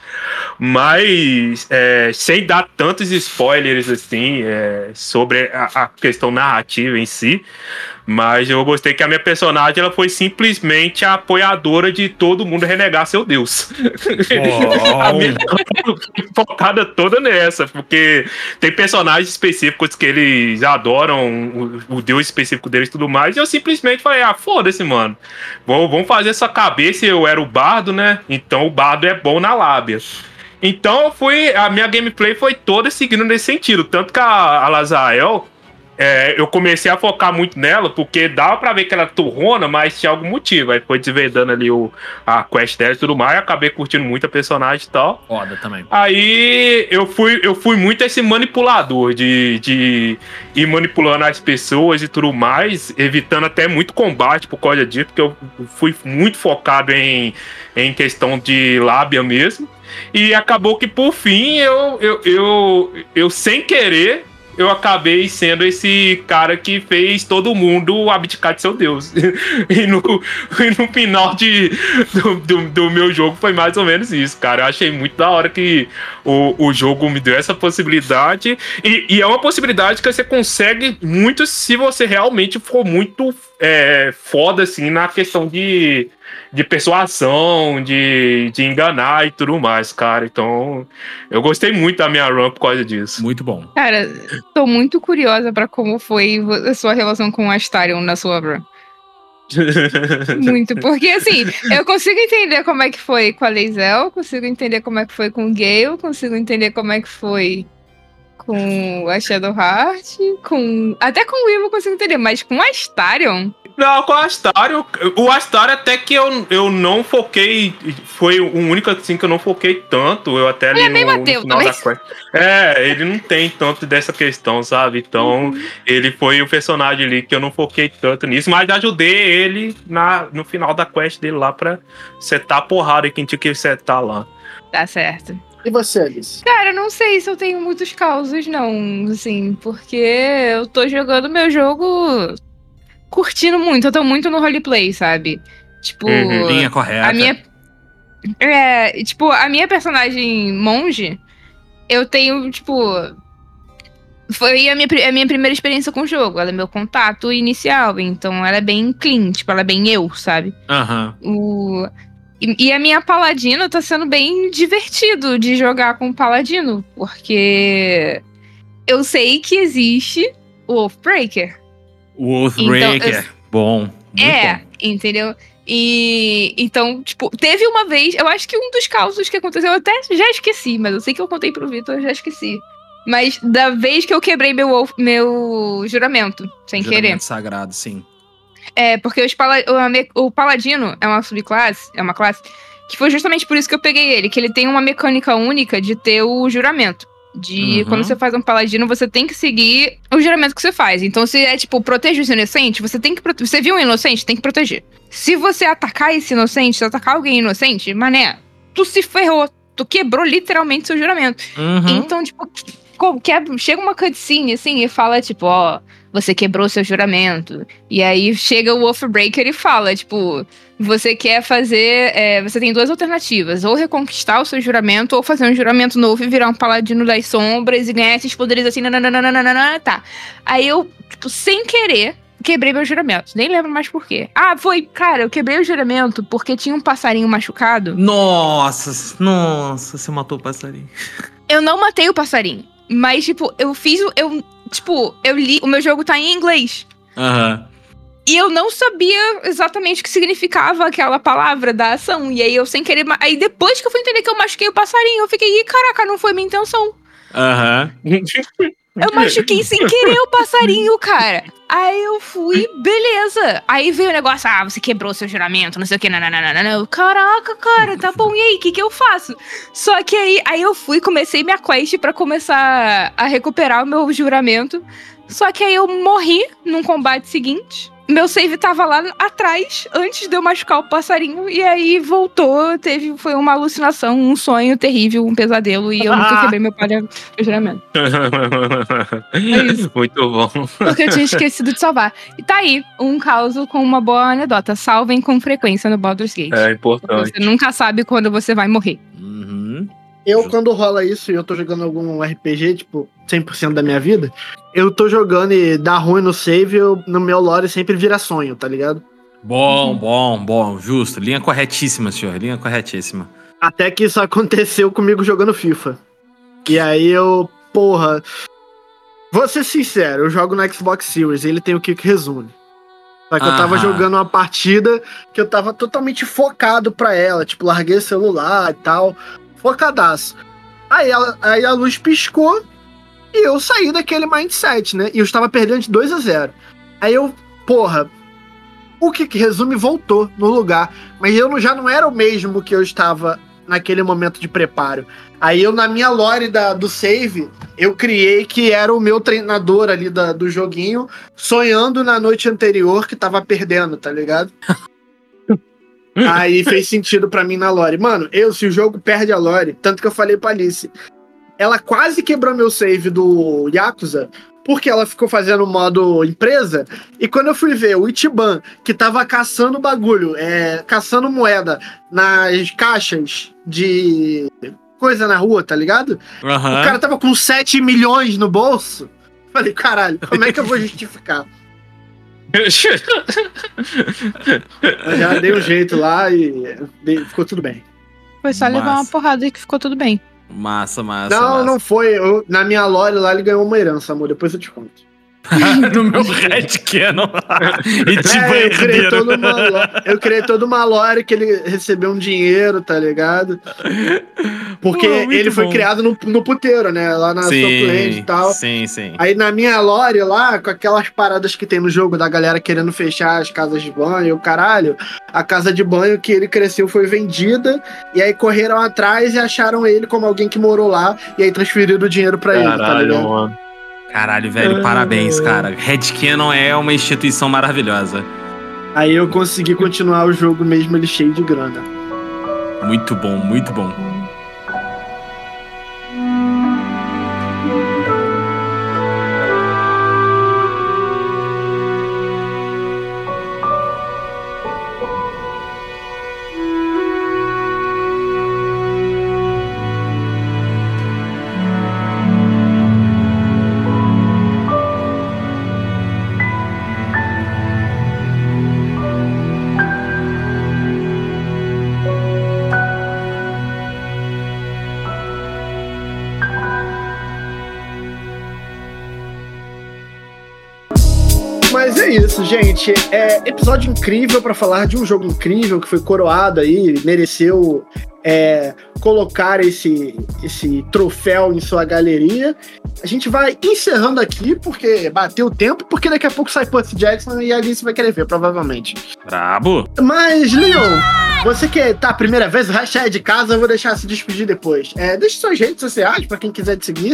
Mas, é, sem dar tantos spoilers, assim, é, sobre a, a questão narrativa em si, mas eu gostei que a minha personagem, ela foi simplesmente a apoiadora de todo mundo renegar seu Deus. A minha focada toda nessa, porque tem personagens específicos que eles adoram o, o deus específico deles e tudo mais, e eu simplesmente falei, ah, foda-se, mano, Vou, vamos fazer essa cabeça. Eu era o bardo, né? Então o bardo é bom na lábia. Então eu fui, a minha gameplay foi toda seguindo nesse sentido, tanto que a, a Lazael, É, eu comecei a focar muito nela, porque dava pra ver que ela era turrona, mas tinha algum motivo. Aí foi desvendando ali o, a quest dela e tudo mais, acabei curtindo muito a personagem e tal. Foda também. Aí eu fui, eu fui muito esse manipulador de, de ir manipulando as pessoas e tudo mais, evitando até muito combate por causa disso, porque eu fui muito focado em, em questão de lábia mesmo. E acabou que por fim eu, eu, eu, eu sem querer, eu acabei sendo esse cara que fez todo mundo abdicar de seu Deus. E no, e no final de, do, do, do meu jogo foi mais ou menos isso, cara. Eu achei muito da hora que o, o jogo me deu essa possibilidade. E, e é uma possibilidade que você consegue muito se você realmente for muito é, foda, assim, na questão de... de persuasão, de, de enganar e tudo mais, cara. Então, eu gostei muito da minha run por causa disso. Muito bom. Cara, tô muito curiosa pra como foi a sua relação com o Astarion na sua run. Muito, porque assim, eu consigo entender como é que foi com a Lae'zel, consigo entender como é que foi com o Gale, consigo entender como é que foi com a Shadowheart, com... até com o Weave eu consigo entender, mas com a Astarion... Não, com o Astarion, o Astarion até que eu, eu não foquei, foi o único assim que eu não foquei tanto, eu até ali ele é no, no final da quest. É, ele não tem tanto dessa questão, sabe? Então, uhum. ele foi o personagem ali que eu não foquei tanto nisso, mas ajudei ele na, no final da quest dele lá pra setar a porrada e quem tinha que setar lá. Tá certo. E você, Alice? Cara, eu não sei se eu tenho muitos causos, não, assim, porque eu tô jogando meu jogo... curtindo muito, eu tô muito no roleplay, sabe? Tipo... Uhum, linha correta. A minha... É, tipo, a minha personagem monge, eu tenho, tipo... Foi a minha, a minha primeira experiência com o jogo, ela é meu contato inicial, então ela é bem clean, tipo, ela é bem eu, sabe? Aham. Uhum. O... E, e a minha paladino tá sendo bem divertido de jogar com o paladino, porque eu sei que existe o Oathbreaker. O Oathbreaker, então, eu... bom. Muito é, bom. Entendeu? E então, tipo, teve uma vez, eu acho que um dos causos que aconteceu, eu até já esqueci, mas eu sei que eu contei pro Vitor, eu já esqueci. Mas da vez que eu quebrei meu, meu juramento, sem juramento querer. Juramento sagrado, sim. É, porque os pala o, o Paladino é uma subclasse, é uma classe, que foi justamente por isso que eu peguei ele, que ele tem uma mecânica única de ter o juramento. De uhum. Quando você faz um paladino, você tem que seguir o juramento que você faz. Então, se é tipo, protege o inocente, você tem que prote- Você viu um inocente, tem que proteger. Se você atacar esse inocente, se atacar alguém inocente, mané, tu se ferrou. Tu quebrou literalmente seu juramento. Uhum. Então, tipo, quebra, chega uma cutscene assim e fala, tipo, ó, você quebrou seu juramento. E aí chega o Oathbreaker e fala, tipo, você quer fazer. É, você tem duas alternativas: ou reconquistar o seu juramento, ou fazer um juramento novo e virar um paladino das sombras e ganhar esses poderes assim, nananana, tá. Aí eu, tipo, sem querer, quebrei meu juramento. Nem lembro mais por quê. Ah, foi, cara, eu quebrei o juramento porque tinha um passarinho machucado. Nossa, nossa, você matou o passarinho. Eu não matei o passarinho, mas, tipo, eu fiz o. Eu, tipo, eu li. O meu jogo tá em inglês. Aham. Uhum. E eu não sabia exatamente o que significava aquela palavra da ação. E aí eu sem querer... Aí depois que eu fui entender que eu machuquei o passarinho, eu fiquei, ih, caraca, não foi minha intenção. Aham. Uhum. Eu machuquei sem querer o passarinho, cara. Aí eu fui, beleza. Aí veio o negócio, ah, você quebrou seu juramento, não sei o que, nananana. Caraca, cara, tá bom, e aí, o que que eu faço? Só que aí, aí eu fui, comecei minha quest pra começar a recuperar o meu juramento. Só que aí eu morri num combate seguinte. Meu save tava lá atrás, antes de eu machucar o passarinho, e aí voltou, teve, foi uma alucinação, um sonho terrível, um pesadelo, e eu nunca quebrei meu juramento. É isso. Muito bom. Porque eu tinha esquecido de salvar. E tá aí, um caos com uma boa anedota. Salvem com frequência no Baldur's Gate. É importante. Você nunca sabe quando você vai morrer. Uhum. Eu, quando rola isso e eu tô jogando algum R P G, tipo, cem por cento da minha vida, eu tô jogando e dá ruim no save, eu, no meu lore sempre vira sonho, tá ligado? Bom, bom, bom, justo. Linha corretíssima, senhor, linha corretíssima. Até que isso aconteceu comigo jogando FIFA. E aí eu, porra... Vou ser sincero, eu jogo no Xbox Series, ele tem o Quick Resume. Só que Aham. eu tava jogando uma partida que eu tava totalmente focado pra ela, tipo, larguei o celular e tal... Focadaço. Aí a, aí a luz piscou e eu saí daquele mindset, né? E eu estava perdendo de dois a zero. Aí eu, porra, o que resume voltou no lugar. Mas eu não, já não era o mesmo que eu estava naquele momento de preparo. Aí eu, na minha lore da, do save, eu criei que era o meu treinador ali da, do joguinho, sonhando na noite anterior que tava perdendo, tá ligado? Aí fez sentido pra mim na lore. Mano, eu, se o jogo perde a lore, tanto que eu falei pra Alice, ela quase quebrou meu save do Yakuza, porque ela ficou fazendo o modo empresa, e quando eu fui ver o Ichiban, que tava caçando bagulho, é, caçando moeda nas caixas de coisa na rua, tá ligado? Uhum. O cara tava com sete milhões no bolso. Falei, caralho, como é que eu vou justificar? Eu já dei um jeito lá e ficou tudo bem. Foi só levar uma porrada e que ficou tudo bem. Massa, massa. Não, massa. não foi. Eu, na minha lore lá ele ganhou uma herança, amor. Depois eu te conto. no meu headcanon. E tipo, É, eu, criei herdeiro. toda uma lo- eu criei toda uma lore que ele recebeu um dinheiro, tá ligado? Porque Pô, muito ele foi bom. criado no, no puteiro, né? Lá na Soapland e tal. Sim, sim. Aí na minha lore lá, com aquelas paradas que tem no jogo da galera querendo fechar as casas de banho, o caralho, a casa de banho que ele cresceu foi vendida, e aí correram atrás e acharam ele como alguém que morou lá, e aí transferiram o dinheiro pra ele, tá Caralho, ligado? mano. Caralho, velho, parabéns, cara. Headcanon é uma instituição maravilhosa. Aí eu consegui continuar o jogo mesmo ele cheio de grana. Muito bom, muito bom. Mas é isso, gente. É episódio incrível pra falar de um jogo incrível que foi coroado aí, mereceu é, colocar esse, esse troféu em sua galeria. A gente vai encerrando aqui, porque bateu o tempo, porque daqui a pouco sai Percy Jackson e a Alice vai querer ver, provavelmente. Brabo. Mas, Leon, você que tá a primeira vez, o resto é de casa, eu vou deixar se despedir depois. É, deixe suas redes sociais pra quem quiser te seguir.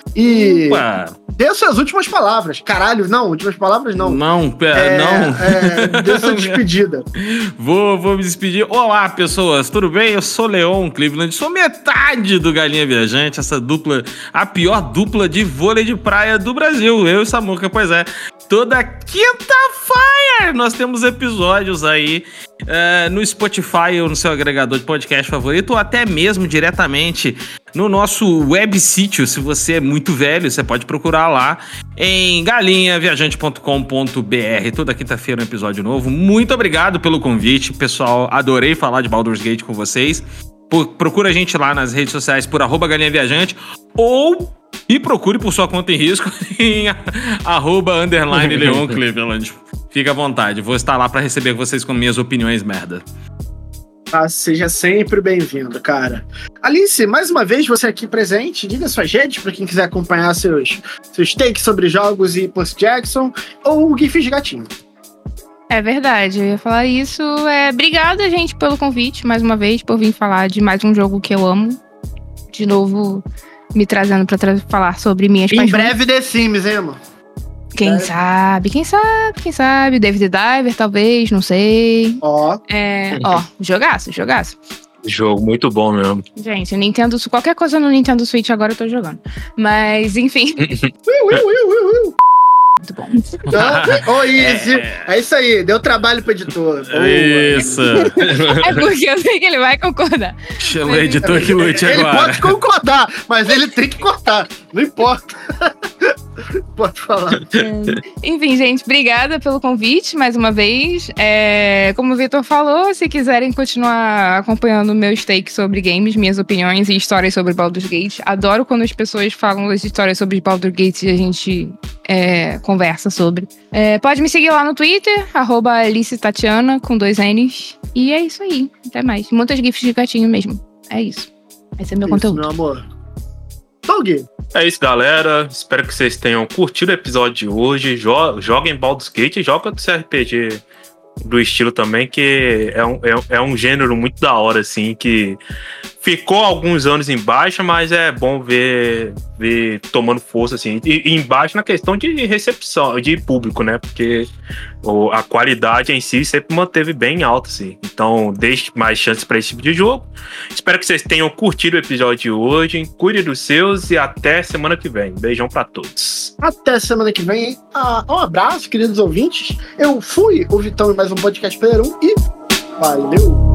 E Opa. dê suas últimas palavras. Caralho, não, últimas palavras não. Não, pera, É, não. é, dê sua despedida. Vou, vou me despedir. Olá, pessoas, tudo bem? Eu sou Leon Cleveland, sou metade do Galinha Viajante, essa dupla, a pior dupla de vôlei de praia do Brasil. Eu e Samuca, pois é. Toda quinta-feira nós temos episódios aí uh, no Spotify ou no seu agregador de podcast favorito, ou até mesmo diretamente no nosso web sítio. Se você é muito velho, você pode procurar lá em galinha viajante ponto com ponto b r. Toda quinta-feira um episódio novo. Muito obrigado pelo convite, pessoal. Adorei falar de Baldur's Gate com vocês. Procura a gente lá nas redes sociais por arroba galinha viajante ou e procure por sua conta em risco em arroba underline Leon Cleveland. Fica à vontade, vou estar lá para receber vocês com minhas opiniões merda. Ah, seja sempre bem-vindo, cara. Alice, mais uma vez você aqui presente, diga suas redes para quem quiser acompanhar seus, seus takes sobre jogos e Percy Jackson ou o GIF de gatinho. É verdade, eu ia falar isso. É, obrigada, gente, pelo convite, mais uma vez, por vir falar de mais um jogo que eu amo. De novo, me trazendo pra tra- falar sobre minhas Em paixões. breve The Sims, hein, mano? Quem breve. sabe, quem sabe, quem sabe. David Diver, talvez, não sei. Ó. É, ó, jogaço, jogaço. Jogo muito bom mesmo. Gente, Nintendo, qualquer coisa no Nintendo Switch agora eu tô jogando. Mas, enfim. Ui, ui, ui, ui, ui. Muito bom. Ô, Izzy, é... é isso aí, deu trabalho pro editor. Boa. Isso. É porque eu sei que ele vai concordar. Chama o editor que lute Ele agora. pode concordar, mas ele tem que cortar. Não importa. Pode falar. Enfim, gente, obrigada pelo convite mais uma vez. É, como o Vitor falou, se quiserem continuar acompanhando meus takes sobre games, minhas opiniões e histórias sobre Baldur's Gate, adoro quando as pessoas falam as histórias sobre Baldur's Gate e a gente é, conversa sobre. É, pode me seguir lá no Twitter, arroba Alice Tatiana, com dois N's. E é isso aí. Até mais. Muitas gifs de gatinho mesmo. É isso. Esse é meu Isso, conteúdo. meu amor. Doug, É isso, galera. Espero que vocês tenham curtido o episódio de hoje. Jo- joguem Baldur's Gate e joga do C R P G do estilo também, que é um, é, um- é um gênero muito da hora, assim, que ficou alguns anos em baixa, mas é bom ver, ver tomando força, assim. E, e em baixa na questão de recepção, de público, né? Porque o- a qualidade em si sempre manteve bem alta, assim. Então, deixe mais chances para esse tipo de jogo. Espero que vocês tenham curtido o episódio de hoje. Cuide dos seus e até semana que vem. Beijão pra todos. até semana que vem, hein? Ah, um abraço, queridos ouvintes. Eu fui o Vitão em mais um Podcast Player um e valeu!